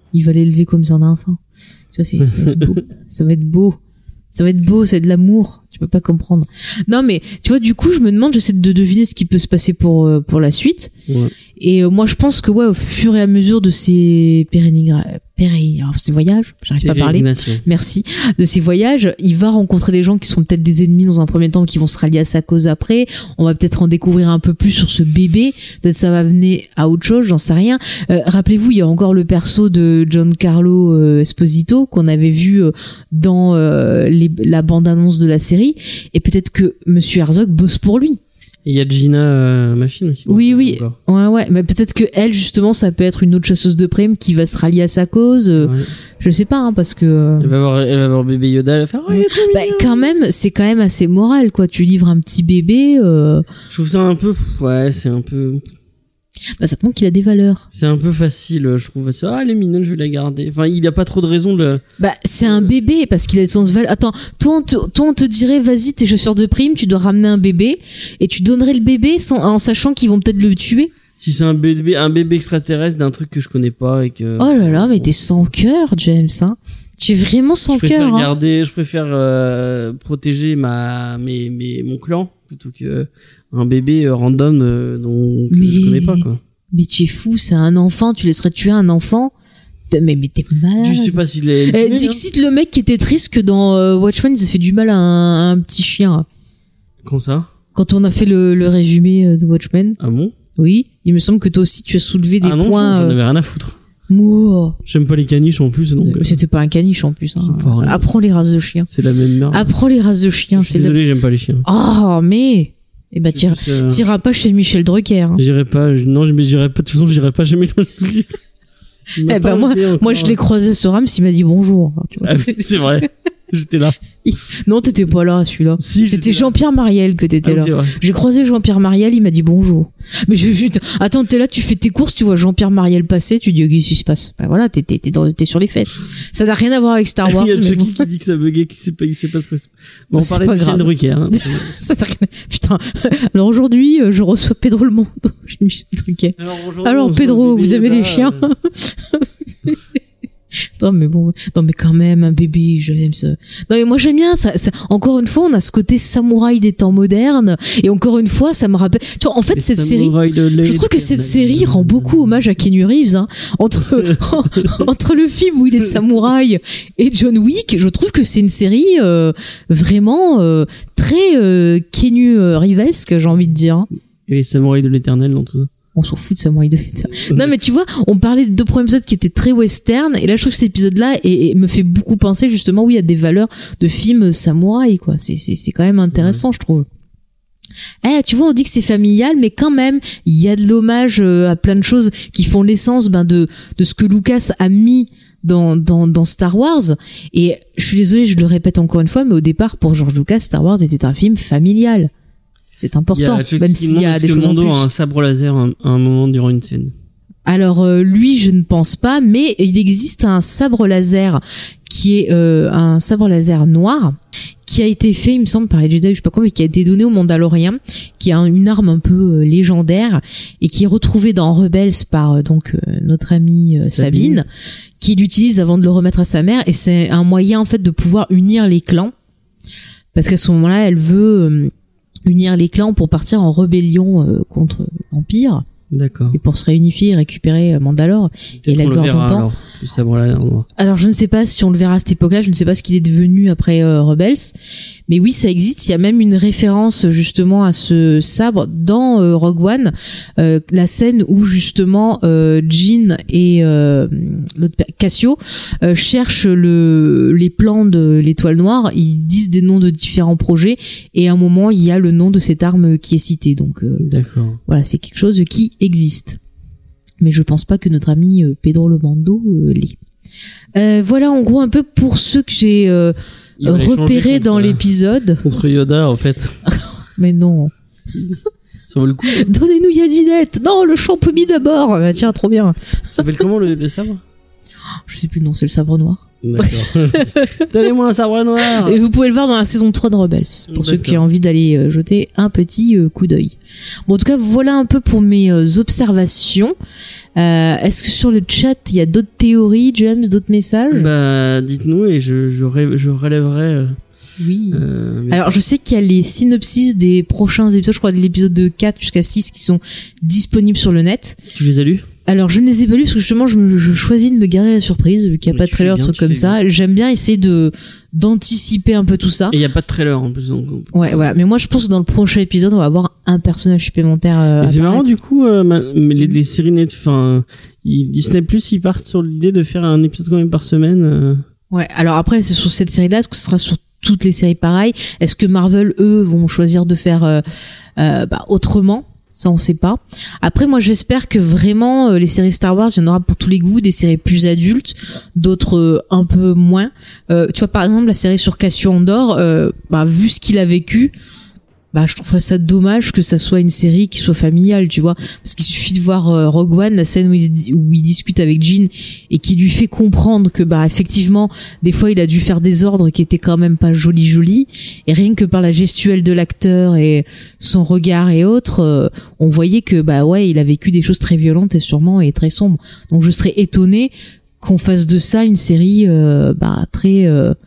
Il va l'élever comme un enfant. Tu vois, ça va être beau. Ça va être beau. Ça va être beau, c'est de l'amour. Tu peux pas comprendre. Non, mais tu vois, du coup, je me demande, j'essaie de deviner ce qui peut se passer pour la suite. Ouais. Et moi, je pense que au fur et à mesure de ces ces voyages, j'arrive pas à parler. Merci. De ces voyages, il va rencontrer des gens qui sont peut-être des ennemis dans un premier temps, qui vont se rallier à sa cause après. On va peut-être en découvrir un peu plus sur ce bébé. Peut-être ça va venir à autre chose, j'en sais rien. Rappelez-vous, il y a encore le perso de Giancarlo Esposito qu'on avait vu dans la bande-annonce de la série. Et peut-être que Monsieur Herzog bosse pour lui. Et il y a Gina Machine aussi. Oui. Ouais. Mais peut-être que elle, justement, ça peut être une autre chasseuse de primes qui va se rallier à sa cause. Ouais. Je sais pas, parce que... Elle va voir bébé Yoda, elle va faire... quand même, c'est quand même assez moral, quoi. Tu livres un petit bébé... Je trouve ça un peu... Ouais, c'est un peu... ça te montre qu'il a des valeurs. C'est un peu facile, je trouve ça. Elle est mignonne, je vais la garder. Enfin, il a pas trop de raison de... c'est un bébé, parce qu'il a le sens de valeur. Attends, toi, on te dirait, vas-y, t'es chasseur de primes, tu dois ramener un bébé, et tu donnerais le bébé en sachant qu'ils vont peut-être le tuer. Si c'est un bébé extraterrestre d'un truc que je connais pas et que... Oh là là, mais t'es sans cœur, James, hein. Tu es vraiment sans cœur, hein. Je préfère protéger mon clan plutôt que un bébé random que je connais pas, quoi. Mais tu es fou, c'est un enfant, tu laisserais tuer un enfant? Mais t'es malade. Je sais pas s'il est... Dixit, le mec qui était triste que dans Watchmen, il a fait du mal à un petit chien. Comment ça? Quand on a fait le résumé de Watchmen. Ah bon? Oui, il me semble que toi aussi tu as soulevé des points. J'en avais rien à foutre. Moi. J'aime pas les caniches en plus, donc. C'était pas un caniche en plus, hein. Apprends les races de chiens. C'est la même merde. Apprends les races de chiens. Désolé, j'aime pas les chiens. Oh, mais. T'iras pas chez Michel Drucker, hein. J'irai pas, mais j'irai pas, de toute façon, j'irai pas jamais dans le moi, je l'ai croisé sur Rams, il m'a dit bonjour. Tu vois. Ah oui, c'est vrai. J'étais là. Non, t'étais pas là, celui-là. Si, c'était Jean-Pierre Mariel que t'étais là. J'ai croisé Jean-Pierre Mariel, il m'a dit bonjour. Mais attends, t'es là, tu fais tes courses, tu vois Jean-Pierre Mariel passer, tu dis, qu'est-ce qui se passe? Voilà, t'es sur les fesses. Ça n'a rien à voir avec Star Wars. Il y a Chucky qui dit que ça buguait, qu'il sait pas très... Bon, on parlait de Michel Drucker, hein. Ça n'a rien Putain. Alors aujourd'hui, je reçois Pedro le Monde chez Michel Drucker. Alors Pedro, vous avez des chiens? Non mais quand même un bébé, j'aime ça. Non mais moi j'aime bien ça. Encore une fois, on a ce côté samouraï des temps modernes et encore une fois, ça me rappelle. Tu vois, en fait cette série, je trouve que cette série rend beaucoup hommage à Keanu Reeves, hein. Entre le film où il est samouraï et John Wick, je trouve que c'est une série vraiment très Keanu Reevesque, j'ai envie de dire. Et les samouraïs de l'éternel dans tout ça. On s'en fout de Samouraï de l'éternel. Non mais tu vois, on parlait de 2 premiers épisodes qui étaient très western et là je trouve que cet épisode-là et me fait beaucoup penser justement à des valeurs de films samouraï, quoi. C'est quand même intéressant, je trouve. Tu vois, on dit que c'est familial, mais quand même, il y a de l'hommage à plein de choses qui font l'essence de ce que Lucas a mis dans Star Wars. Et je suis désolée, je le répète encore une fois, mais au départ, pour George Lucas, Star Wars était un film familial. C'est important, même s'il y a des choses en plus. Mando a un sabre laser à un moment durant une scène. Alors lui, je ne pense pas, mais il existe un sabre laser qui est un sabre laser noir qui a été fait, il me semble, par les Jedi, je sais pas quoi, mais qui a été donné aux Mandaloriens, qui a une arme un peu légendaire et qui est retrouvée dans Rebels par notre amie Sabine, qui l'utilise avant de le remettre à sa mère, et c'est un moyen en fait de pouvoir unir les clans, parce qu'à ce moment-là, elle veut unir les clans pour partir en rébellion contre l'Empire. D'accord. Et pour se réunifier et récupérer Mandalore et la gloire d'antan. Alors je ne sais pas si on le verra à cette époque-là, je ne sais pas ce qu'il est devenu après Rebels, mais oui, ça existe. Il y a même une référence justement à ce sabre dans Rogue One, la scène où justement Jyn et l'autre Cassio cherchent les plans de l'Étoile Noire. Ils disent des noms de différents projets et à un moment il y a le nom de cette arme qui est cité. Donc d'accord. Voilà, c'est quelque chose qui existe. Mais je pense pas que notre ami Pedro le Mando l'est. Voilà en gros un peu pour ceux que j'ai repérés dans l'épisode. Contre Yoda en fait. Mais non. Ça vaut le coup. Donnez-nous Yadinette. Non, le champomis d'abord. Bah, tiens, trop bien. Ça s'appelle comment le sabre? Je sais plus le nom, c'est le sabre noir. D'accord. Donnez-moi un sabre noir. Et vous pouvez le voir dans la saison 3 de Rebels, pour ceux qui ont envie d'aller jeter un petit coup d'œil. Bon, en tout cas, voilà un peu pour mes observations. Est-ce que sur le chat, il y a d'autres théories, James, d'autres messages? Bah, dites-nous et je relèverai. Oui. Alors, je sais qu'il y a les synopsis des prochains épisodes, je crois de l'épisode de 4 jusqu'à 6 qui sont disponibles sur le net. Tu les as lus? Alors, je ne les ai pas lus parce que justement, je choisis de me garder la surprise, vu qu'il n'y a pas de trailer, truc comme ça. J'aime bien essayer d'anticiper un peu tout ça. Et il n'y a pas de trailer en plus. Donc... Ouais, voilà. Mais moi, je pense que dans le prochain épisode, on va avoir un personnage supplémentaire. C'est marrant, du coup, les séries Disney+, ils partent sur l'idée de faire un épisode quand même par semaine. Ouais, alors après, c'est sur cette série-là, est-ce que ce sera sur toutes les séries pareilles? Est-ce que Marvel, eux, vont choisir de faire autrement? Ça, on sait pas. Après, moi, j'espère que vraiment, les séries Star Wars, il y en aura pour tous les goûts, des séries plus adultes, d'autres un peu moins. Tu vois, par exemple, la série sur Cassian Andor, vu ce qu'il a vécu, je trouverais ça dommage que ça soit une série qui soit familiale, tu vois, parce qu'il suffit de voir Rogue One, la scène où il discute avec Jean et qui lui fait comprendre que effectivement des fois il a dû faire des ordres qui étaient quand même pas jolis, et rien que par la gestuelle de l'acteur et son regard et autres, on voyait que il a vécu des choses très violentes et sûrement et très sombres. Donc je serais étonnée qu'on fasse de ça une série très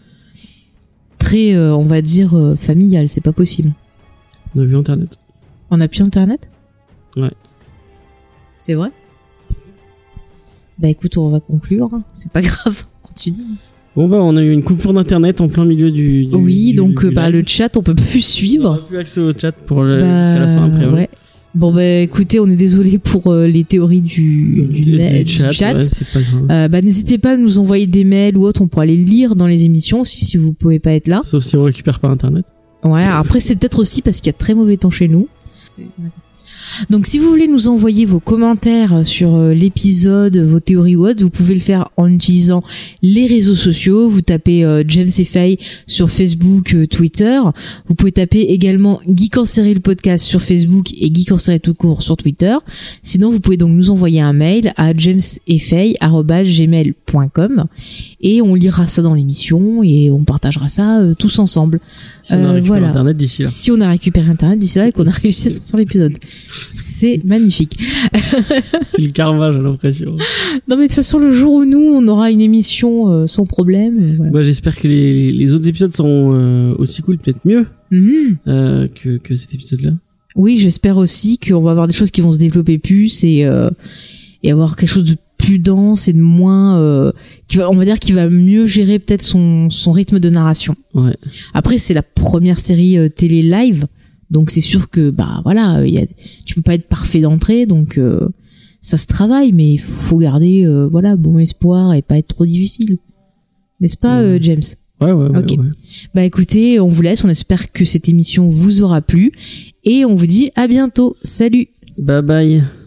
on va dire familiale, c'est pas possible. On a vu Internet. On a plus Internet? Ouais. C'est vrai? Écoute, on va conclure. C'est pas grave, on continue. Bon on a eu une coupure d'Internet en plein milieu du le chat, on peut plus suivre. On n'a plus accès au chat pour jusqu'à la fin après. Ouais. Bon écoutez, on est désolé pour les théories du chat. Ouais, c'est pas grave. N'hésitez pas à nous envoyer des mails ou autres, on pourra les lire dans les émissions aussi si vous pouvez pas être là. Sauf si on récupère pas Internet. Ouais, après c'est peut-être aussi parce qu'il y a très mauvais temps chez nous. Donc si vous voulez nous envoyer vos commentaires sur l'épisode, vos théories ou autres, vous pouvez le faire en utilisant les réseaux sociaux. Vous tapez James et Faye sur Facebook, Twitter. Vous pouvez taper également Geek en série le podcast sur Facebook et Geek en série tout court sur Twitter. Sinon vous pouvez donc nous envoyer un mail à jamesefay@gmail.com et on lira ça dans l'émission et on partagera ça tous ensemble. Si on a récupéré Internet d'ici là. Si on a récupéré Internet d'ici là et qu'on a réussi à sortir l'épisode. C'est magnifique. C'est le karma, j'ai l'impression. Non mais de toute façon, le jour où nous, on aura une émission sans problème. Voilà. J'espère que les autres épisodes seront aussi cool, peut-être mieux que cet épisode-là. Oui, j'espère aussi qu'on va avoir des choses qui vont se développer plus et avoir quelque chose de plus dense et de moins on va dire qui va mieux gérer peut-être son rythme de narration. Ouais. Après c'est la première série télé live, donc c'est sûr que tu peux pas être parfait d'entrée, donc ça se travaille, mais il faut garder bon espoir et pas être trop difficile, n'est-ce pas James? Ouais. Ok. Ouais. Écoutez, on vous laisse, on espère que cette émission vous aura plu et on vous dit à bientôt. Salut. Bye bye.